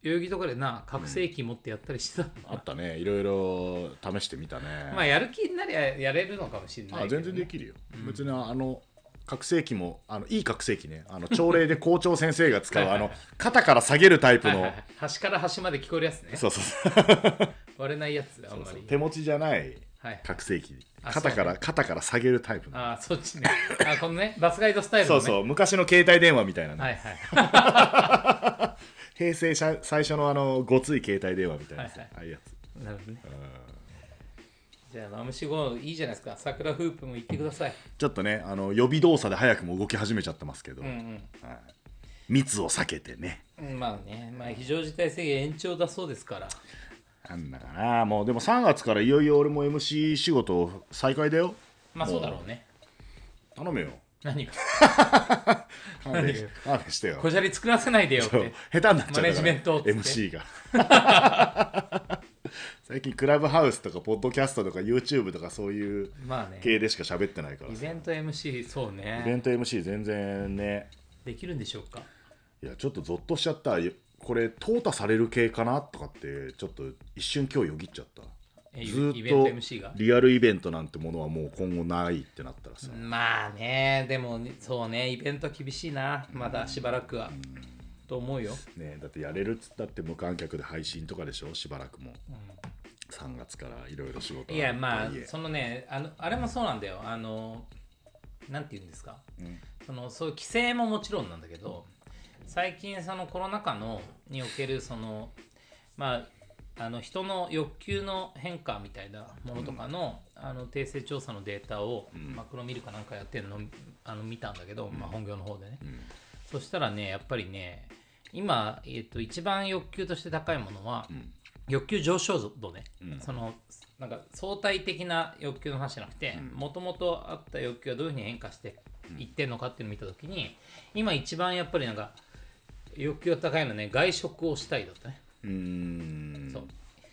代々木とかでな拡声器持ってやったりしてた、 あったね、いろいろ試してみたね。 まあやる気になりゃやれるのかもしれないけど、ね、 全然できるよ、別に拡声器もいい拡声器ね、朝礼で校長先生が使う肩から下げるタイプの、 はいはいはい、端から端まで聞こえるやつね。 そうそうそう割れないやつあんまり。 そうそう手持ちじゃない拡声器、肩から下げるタイプの。 あ、そっちね。このねバスガイドスタイルのね。 そうそう、昔の携帯電話みたいなね、 はいはい。 平成最初のごつい携帯電話みたいな、 はいはい、 ああいうやつ。 なるほどね。じゃあマムシ号いいじゃないですか。桜フープも行ってください。 ちょっとね予備動作で早くも動き始めちゃってますけど、密を避けてね、 まあね、まあ、非常事態宣言延長だそうですから。 なんだかな、もうでも3月からいよいよ俺も MC 仕事再開だよ。 まあそうだろうね。 頼めよ。 何か勘弁してよ。 こじゃり作らせないでよって下手になっちゃったからマネジメントって MC が最近クラブハウスとかポッドキャストとか YouTube とかそういう系でしか喋ってないから、 イベント MC そうね、 イベント MC 全然ねできるんでしょうか。 いやちょっとゾッとしちゃった。これ淘汰される系かなとかってちょっと一瞬今日よぎっちゃった。ずっとリアルイベントなんてものはもう今後ないってなったらさ、 まあね、でもそうね、イベントは厳しいな、まだしばらくは、と思うよ、 ね、だってやれるっつったって無観客で配信とかでしょ、しばらくも、3月からいろいろ仕事。 いやまあそのね、あれもそうなんだよ、なんて言うんですか、そういう規制ももちろんなんだけど、最近そのコロナ禍におけるまあ人の欲求の変化みたいなものとかの、定性調査のデータを、マクロミルかなんかやってるの見たんだけど、まあ、本業の方でね、そしたらねやっぱりね今、一番欲求として高いものは、欲求上昇度ね、なんか相対的な欲求の話じゃなくて、もともとあった欲求がどういうふうに変化していってるのかっていうのを見たときに、今一番やっぱりなんか欲求が高いのはね、外食をしたいだったね。そう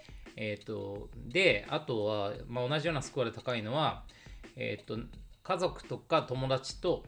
で、あとは、まあ、同じようなスコアで高いのは、家族とか友達と、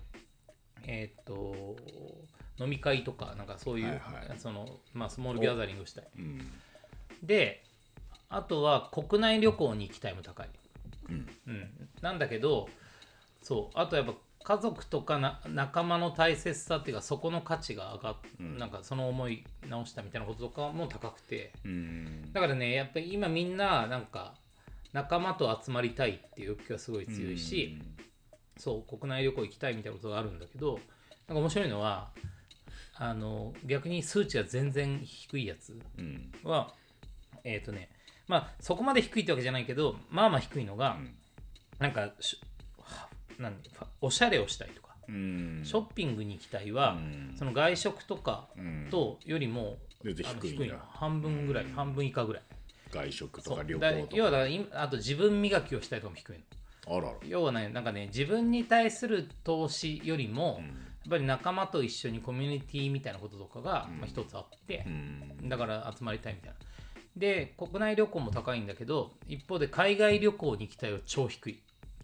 飲み会とかなんかそういう、まあ、スモールギャザリングをしたい、で、あとは国内旅行に行きたいも高い、なんだけど、そう、あとやっぱ家族とか仲間の大切さっていうか、そこの価値が上がっ、なんかその思い直したみたいなこととかも高くて、だからねやっぱり今みんななんか仲間と集まりたいっていう欲求がすごい強いし、そう国内旅行行きたいみたいなことがあるんだけど、なんか面白いのは逆に数値が全然低いやつは、まあそこまで低いってわけじゃないけど、まあまあ低いのが、なんかおしゃれをしたいとか、ショッピングに行きたいは、その外食とかとよりも、低いの、半分ぐらい、半分以下ぐらい。 外食とか旅行とか、 要はあと自分磨きをしたいとかも低いの。 あらら。 要はね、なんかね、自分に対する投資よりも、やっぱり仲間と一緒にコミュニティみたいなこととかが、まあ、一つあって、だから集まりたいみたいな。で、国内旅行も高いんだけど、一方で海外旅行に行きたいは超低い。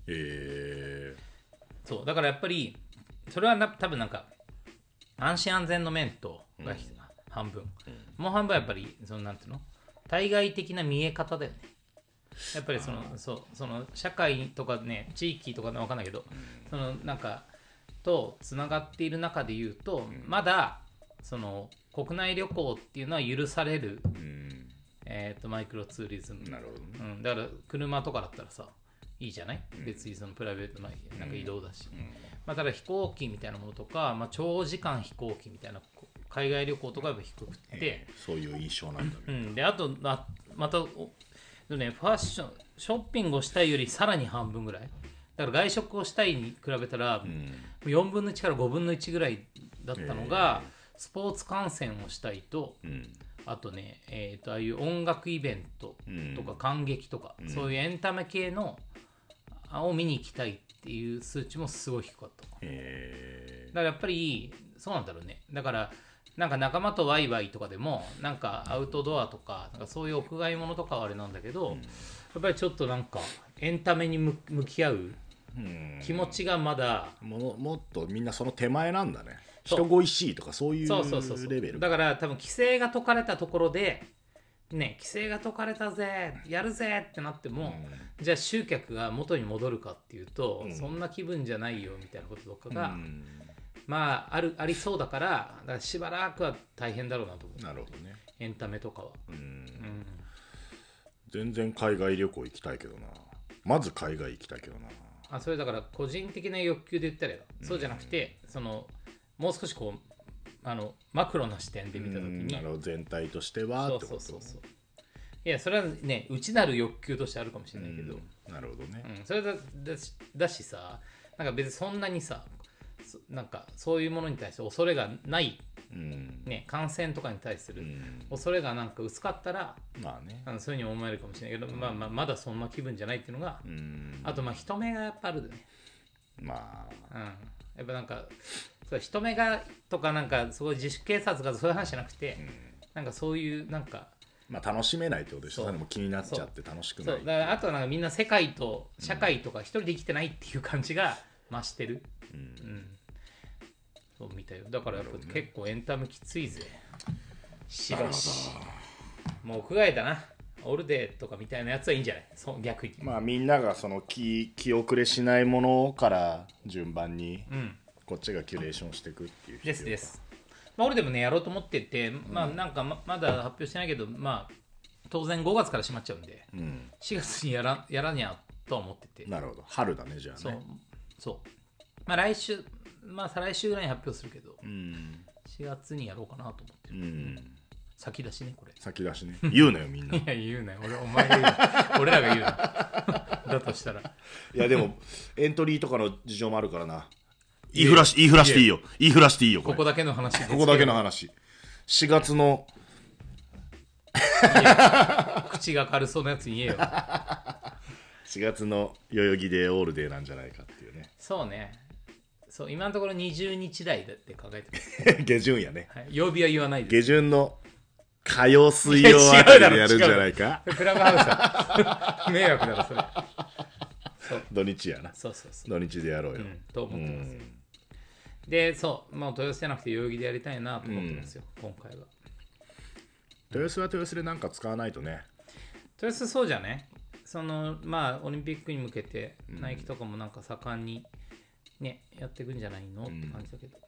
そうだからやっぱりそれは多分なんか安心安全の面とが半分、もう半分はやっぱりなんていうの、対外的な見え方だよね。やっぱりその社会とかね、地域とか分かんないけど、そのなんかとつながっている中で言うと、まだその国内旅行っていうのは許される、マイクロツーリズム。 なるほどね。 だから車とかだったらさいいじゃない、別にそのプライベートななんか移動だし、まあ、ただ飛行機みたいなものとか、まあ、長時間飛行機みたいな海外旅行とかやっぱ低くて、 そういう印象なんだね。 であとまたね、ファッションショッピングをしたいよりさらに半分ぐらいだから、外食をしたいに比べたら、4分の1から5分の1ぐらいだったのが、スポーツ観戦をしたいと、あとね、ああいう音楽イベントとか観劇とか、そういうエンタメ系のを見に行きたいっていう数値もすごい低かった。だからやっぱりそうなんだろうね。だからなんか仲間とワイワイとかでも、なんかアウトドアとか、なんかそういう屋外ものとかはあれなんだけど、やっぱりちょっとなんかエンタメに向き合う気持ちがまだもっとみんなその手前なんだね。 人恋しいとかそういうそうレベル。 だから多分規制が解かれたところでね、規制が解かれたぜやるぜってなっても、じゃあ集客が元に戻るかっていうと、そんな気分じゃないよみたいなこととかが、まあありそうだから、だからしばらくは大変だろうなと思う。 なるほどね。 エンタメとかは。 全然海外旅行行きたいけどな。まず海外行きたいけどな。 それだから個人的な欲求で言ったら、そうじゃなくて、そのもう少しこうマクロな視点で見たときに、 全体としてはってこと。 そういやそれはね、内なる欲求としてあるかもしれないけど、 なるほどね。 それだしさ、なんか別にそんなにさ、なんかそういうものに対して恐れがない、ね、感染とかに対する恐れがなんか薄かったら、 まあね、 そういうふうに思えるかもしれないけど、まだそんな気分じゃないっていうのが、あと人目がやっぱあるでね。 まあ、 やっぱなんかそう人目がとかなんかすごい自主警察がそういう話じゃなくて、なんかそういうなんかまあ楽しめないってことでしょ。それも気になっちゃって楽しくない。 だからあとはなんかみんな世界と社会とか一人で生きてないっていう感じが増してる。そうみたいよ。だからやっぱ結構エンタメきついぜ。しばし。もう屋外だな。オルデーとかみたいなやつはいいんじゃない？逆に。 まあみんながその気遅れしないものから順番にこっちがキュレーションしていくっていう。 です。まあ俺でもねやろうと思ってて、まあなんかまだ発表してないけど、まあ当然5月から閉まっちゃうんで、4月にやらにゃとは思ってて。 なるほど。春だねじゃあね。 そう。まあ来週、まあ再来週ぐらいに発表するけど、4月にやろうかなと思ってる。先出しね、これ。 先出しね。言うなよ、みんな。 いや、言うなよ。お前が言うな。俺らが言うな。だとしたら。 いや、でも、エントリーとかの事情もあるからな。言いふらしていいよ。言いふらしていいよ、 ここだけの話。 ここだけの話。4月の。 口が軽そうなやつに言えよ。 4月の代々木でオールデーなんじゃないかっていうね。 そうね。そう、今のところ20日台だって考えてます。下旬やね。 曜日は言わないです。下旬の火曜水曜あたりでやるんじゃないか。 クラブハウス迷惑だろそれ。 土日やな。 そう土日でやろうよ。 と思ってますよ。で、もう豊洲じゃなくて代々木でやりたいなと思ってますよ、今回は。 豊洲は豊洲でなんか使わないとね。 豊洲そうじゃね。まあオリンピックに向けてナイキとかもなんか盛んにねやっていくんじゃないのって感じだけど。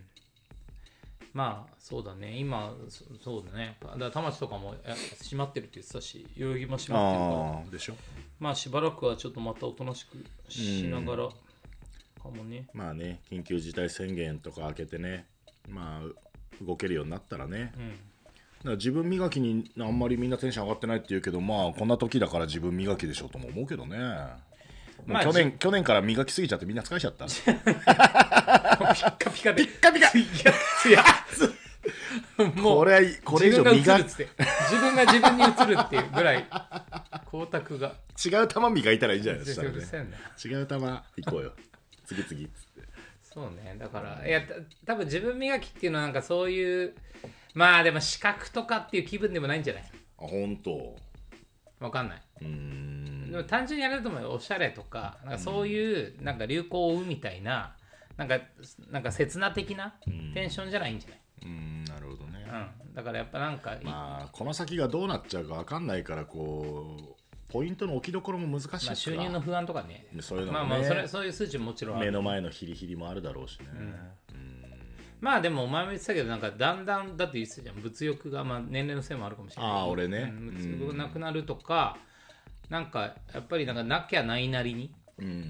まあそうだね、今そうだね、だから田町とかも閉まってるって言ってたし、代々木も閉まってるからでしょ。まあしばらくはちょっとまたおとなしくしながらかもね。 まあね、緊急事態宣言とか明けてね、まあ動けるようになったらね、だから自分磨きにあんまりみんなテンション上がってないって言うけど、まあこんな時だから自分磨きでしょとも思うけどね。まあ、去年から磨きすぎちゃってみんな疲れちゃった。ピッカピカで。ピッカピカ。いや、もうこれ以上自分が自分に映るっていうぐらい光沢が。 違う球磨いたらいいじゃないですか、ね。違う球行こうよ。次々っつって。 そうね、だからいや多分自分磨きっていうのはなんかそういうまあでも資格とかっていう気分でもないんじゃない？ 本当。 わかんない。でも単純にやれると思うよ。おしゃれとか、なんかそういうなんか流行を追うみたいな、なんか刹那的なテンションじゃないんじゃない？ なるほどね。 だからやっぱなんかまあこの先がどうなっちゃうかわかんないから、こうポイントの置きどころも難しいから、 収入の不安とかね、 そういうのもね、 そういう数値ももちろんある。 目の前のヒリヒリもあるだろうしね。 まあでもお前も言ってたけど、なんかだんだんだって言ってたじゃん、物欲が、まあ年齢のせいもあるかもしれない。 俺ね、 物欲がなくなるとか、なんかやっぱりなんかなきゃないなりに、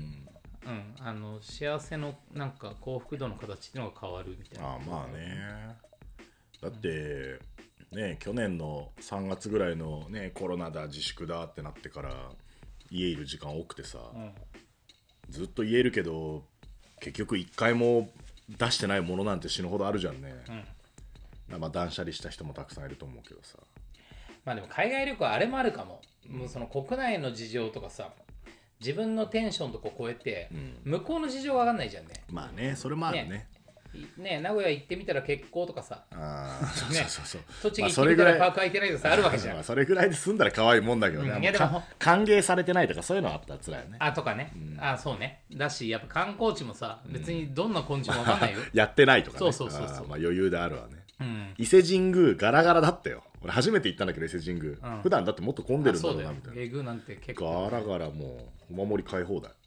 幸せのなんか幸福度の形っていうのが変わるみたいな。 まあね。だってね、去年の3月ぐらいのね、コロナだ自粛だってなってから家いる時間多くてさ、ずっと言えるけど結局1回も出してないものなんて死ぬほどあるじゃんね。まあ断捨離した人もたくさんいると思うけどさ。 まあでも海外旅行あれもあるかも。もうその国内の事情とかさ、自分のテンションとか超えて、向こうの事情が分かんないじゃんね。 まあね、それもあるね。 ね、名古屋行ってみたら結構とかさ、 そうそうそう、 栃木行ってみたらパーク空いてないとかさ、あるわけじゃん。 それぐらいで済んだら可愛いもんだけどね、 いやでも歓迎されてないとかそういうのあったら辛いよね。 とかね、そうね。だしやっぱ観光地もさ、別にどんな昆虫も分かんないよ。 やってないとかね。 そう余裕であるわね。 うん伊勢神宮ガラガラだったよ。俺初めて行ったんだけど伊勢神宮、普段だってもっと混んでるんだろうなみたいな。 ゲグなんて結構ガラガラもうお守り買い放題。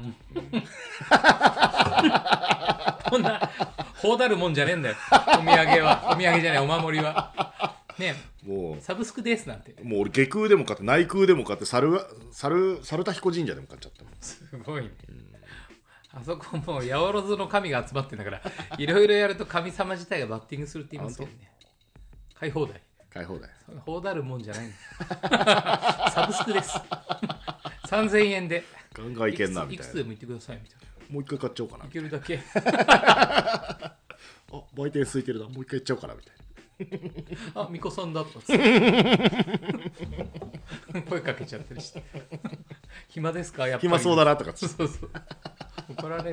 こんなほうだるもんじゃねえんだよ。お土産じゃない、お守りはね。 もうサブスクですなんて。 もう俺下空でも買って内空でも買って猿田彦神社でも買っちゃったもん。 すごいね。あそこもう八百万の神が集まってんだから、いろいろやると神様自体がバッティングするって言いますよね。買い放題。ほうだるもんじゃないんだ。サブスクです。3000円で。 ガンガンいけんなみたいな。 いくつでも行ってくださいみたいな。 もう一回買っちゃおうかな。 いけるだけ。 売店空いてるな、もう一回行っちゃおうかなみたいな。 巫女さんだとか声かけちゃったりして。暇ですか、やっぱり。 暇そうだなとか。 そう怒られる。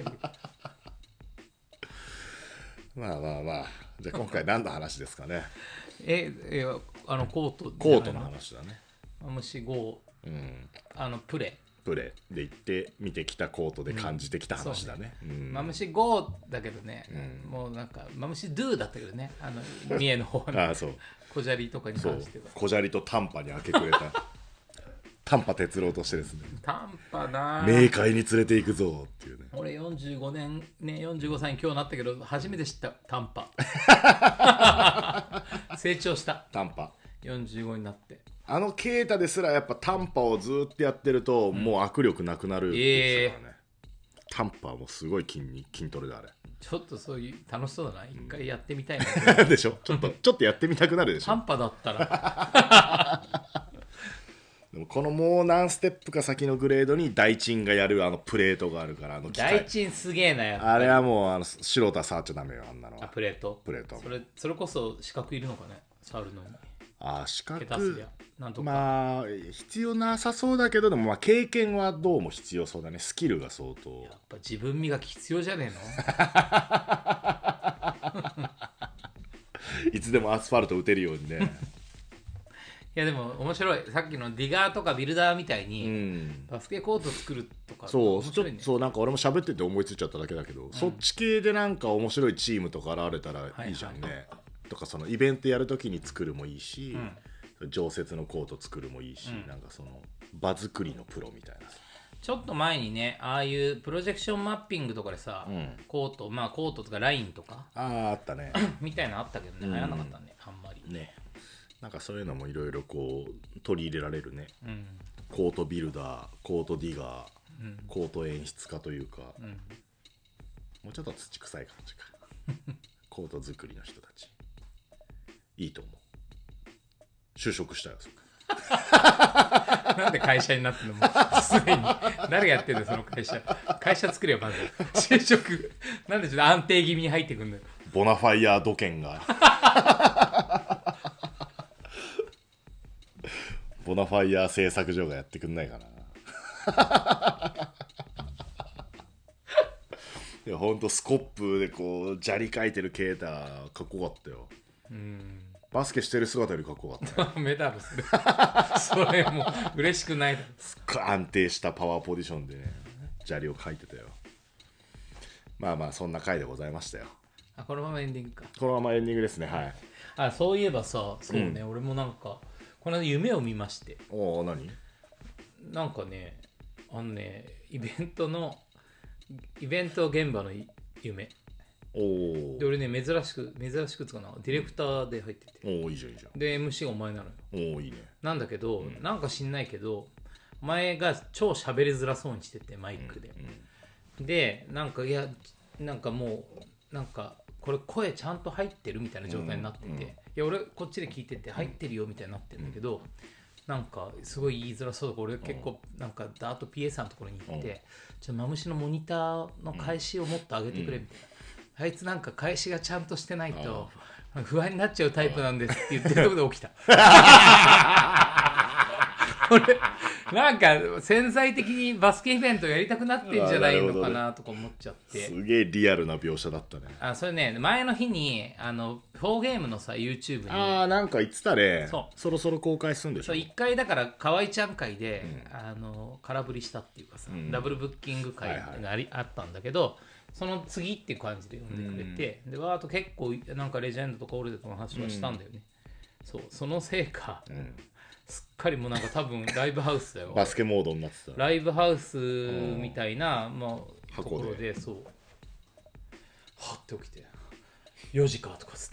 まあじゃあ今回何の話ですかね。 コートの話だね。 マムシ号、プレで行って見てきたコートで感じてきた話だね。 マムシ号だけどね、もうなんかマムシドゥだったけどね、三重の方のそう小砂利とかに関しては。 小砂利と短波に明け暮れた短波哲郎としてですね、 短波な冥界に連れて行くぞっていうね。 俺45年ね、45歳に今日なったけど初めて知った短波。成長した短波 45になって。 ケータですらやっぱ短波をずっとやってると、もう握力なくなるって言ってたからね。短波はもうすごい筋トレだあれ。 ちょっとそういう楽しそうだな、一回やってみたいな。 でしょ、ちょっとやってみたくなるでしょ。 短波だったら。 でもこのもう何ステップか先のグレードに大鎮がやるプレートがあるから、 大鎮すげえなやっぱり。 あれはもう素人は触っちゃダメよ、あんなのは。 プレートそれこそ資格いるのかね、触るのに。 資格下手すりゃなんとか、 まあ必要なさそうだけど、でも経験はどうも必要そうだね。スキルが相当。 やっぱ自分磨き必要じゃねえの。 いつでもアスファルト打てるようにね。 いやでも面白い、さっきのディガーとかビルダーみたいに、バスケコート作るとか、 そうなんか俺も喋ってて思いついちゃっただけだけど、そっち系でなんか面白いチームとか現れたらいいじゃんね。とかそのイベントやるときに作るもいいし、常設のコート作るもいいし、なんかその場作りのプロみたいな。 ちょっと前にね、ああいうプロジェクションマッピングとかでさ、コートとかラインとかあったねみたいなのあったけどね、流行らなかったね、あんまりね。なんかそういうのもいろいろこう取り入れられるね。コートビルダー、コートディガー、コート演出家というか、もうちょっと土臭い感じか。コート作りの人たちいいと思う。就職したよ。 なんで会社になってんの、もうすでに誰がやってんだよその会社作れよまず。就職なんでちょっと安定気味に入ってくんだよ。 ボナファイヤー土建がボナファイヤー製作所がやってくんないかな。いやほんとスコップでこう砂利かいてるケータかっこよかったよ。バスケしてる姿よりかっこよかった、 メダルする。それもう嬉しくないだろ。 すっごい安定したパワーポジションでね砂利をかいてたよ。まあそんな回でございましたよ。 このままエンディングか。 このままエンディングですね。はい。 そういえばさ、そうね、俺もなんかこの間夢を見まして。 何？なんかね、イベント現場の夢。で俺ね、珍しくつかな、ディレクターで入ってて、 いいじゃんで MC がお前なのよ。 いいね。 なんだけど、なんか知んないけどお前が超喋りづらそうにしててマイクで、でなんかもうなんかこれ声ちゃんと入ってるみたいな状態になってて、いや俺こっちで聞いてて入ってるよみたいになってるんだけど、なんかすごい言いづらそうだから俺結構なんかダート PA さんのところに行って、マムシのモニターの返しをもっと上げてくれみたいな、あいつなんか返しがちゃんとしてないと不安になっちゃうタイプなんですって言ってるところで起きた。俺なんか潜在的にバスケイベントやりたくなってんじゃないのかなとか思っちゃって、 すげえリアルな描写だったね。 それね、前の日にフォーゲームのさ YouTube になんか言ってたね。 そろそろ公開するんでしょ。 そう1回だから河合ちゃん会で、空振りしたっていうかさ、ダブルブッキング会があったんだけど、その次っていう感じで呼んでくれて、でわーと結構なんかレジェンドとかオルデとの話はしたんだよね、そうそのせいか、すっかりもうなんか多分ライブハウスだよバスケモードになってた。 ライブハウスみたいな、ところで、そうはって起きて4時かとかっつ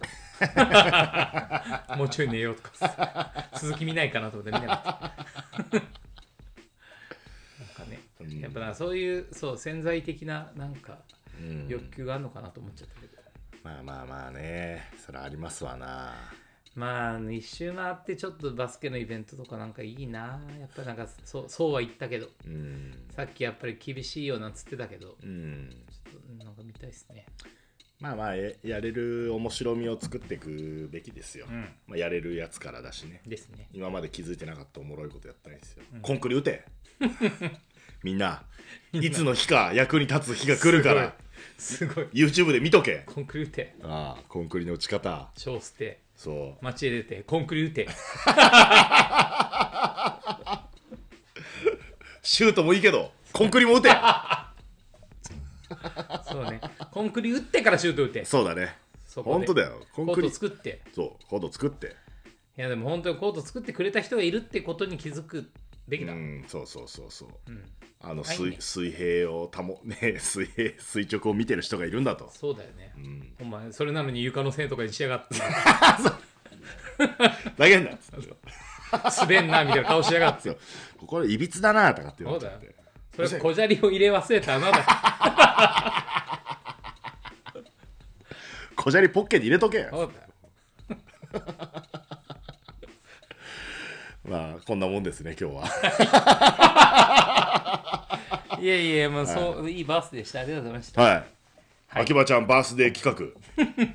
ってもうちょい寝ようとかっつって続き見ないかなと思って見なかったなんかね、やっぱそういう潜在的ななんか欲求があるのかなと思っちゃったけど、 まあね、それありますわな。 一周回ってちょっとバスケのイベントとかなんかいいな、やっぱなんかそうは言ったけど、さっきやっぱり厳しいよなんつってたけど、ちょっとなんか見たいですね。 やれる面白みを作っていくべきですよ、やれるやつからだしね。 ですね。 今まで気づいてなかったおもろいことやったらいいですよ、コンクリ打てみんないつの日か役に立つ日が来るからすごい YouTube で見とけ。 コンクリ打て、 コンクリの打ち方、 超捨て、 そう街へ出てコンクリ打てシュートもいいけどコンクリも打てそうね、コンクリ打ってからシュート打て。 そうだね、本当だよ。 コート作って、 そうコート作って、 いやでも本当にコート作ってくれた人がいるってことに気づくべきだ。 そう、水平を垂直を見てる人がいるんだと。そうだよね、お前それなのに床のせいとかにしやがってだけんだ滑んなみたいな顔しやがってここいびつだなとかって言われちゃって、 それ小砂利を入れ忘れた穴だ小砂利ポッケに入れとけよ。 そうだよこんなもんですね今日は。 いやいや、そういいバースデーでした。ありがとうございました。 秋葉ちゃんバースデー企画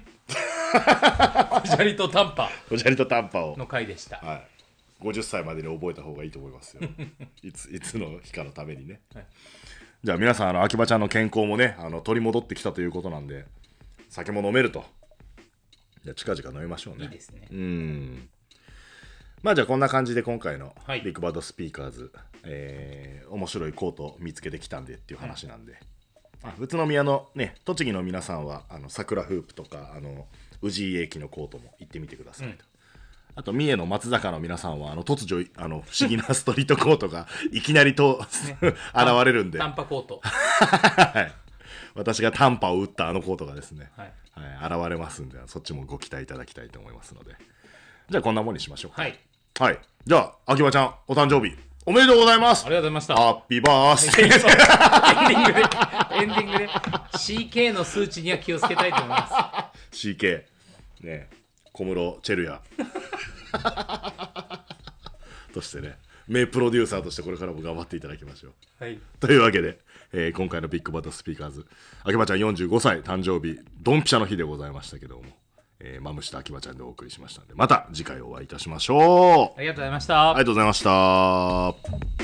小砂利と短波をの回でした。 50歳までに覚えた方がいいと思いますよいつの日かのためにね、じゃあ皆さん秋葉ちゃんの健康もね取り戻ってきたということなんで、酒も飲めると。じゃあ近々飲みましょうね。 いいですね。 じゃあこんな感じで今回のビッグバッドスピーカーズ、面白いコートを見つけてきたんでっていう話なんで、宇都宮のね栃木の皆さんは桜フープとか宇治駅のコートも行ってみてくださいと、あと三重の松坂の皆さんは突如不思議なストリートコートがいきなりと、現れるんで、 短波コート私が短波を打ったコートがですね、現れますんで、そっちもご期待いただきたいと思いますので、じゃあこんなもんにしましょうか。じゃあ秋葉ちゃんお誕生日おめでとうございます。 ありがとうございました。 ハッピーバースデー。 エンディングで CK の数値には気をつけたいと思います。 CK ね、小室チェルヤとしてね、名プロデューサーとしてこれからも頑張っていただきましょう。というわけで、今回のビッグバッドスピーカーズ、秋葉ちゃん45歳誕生日ドンピシャの日でございましたけども、マムシと秋葉ちゃんでお送りしましたので、また次回お会いいたしましょう。 ありがとうございました。 ありがとうございました。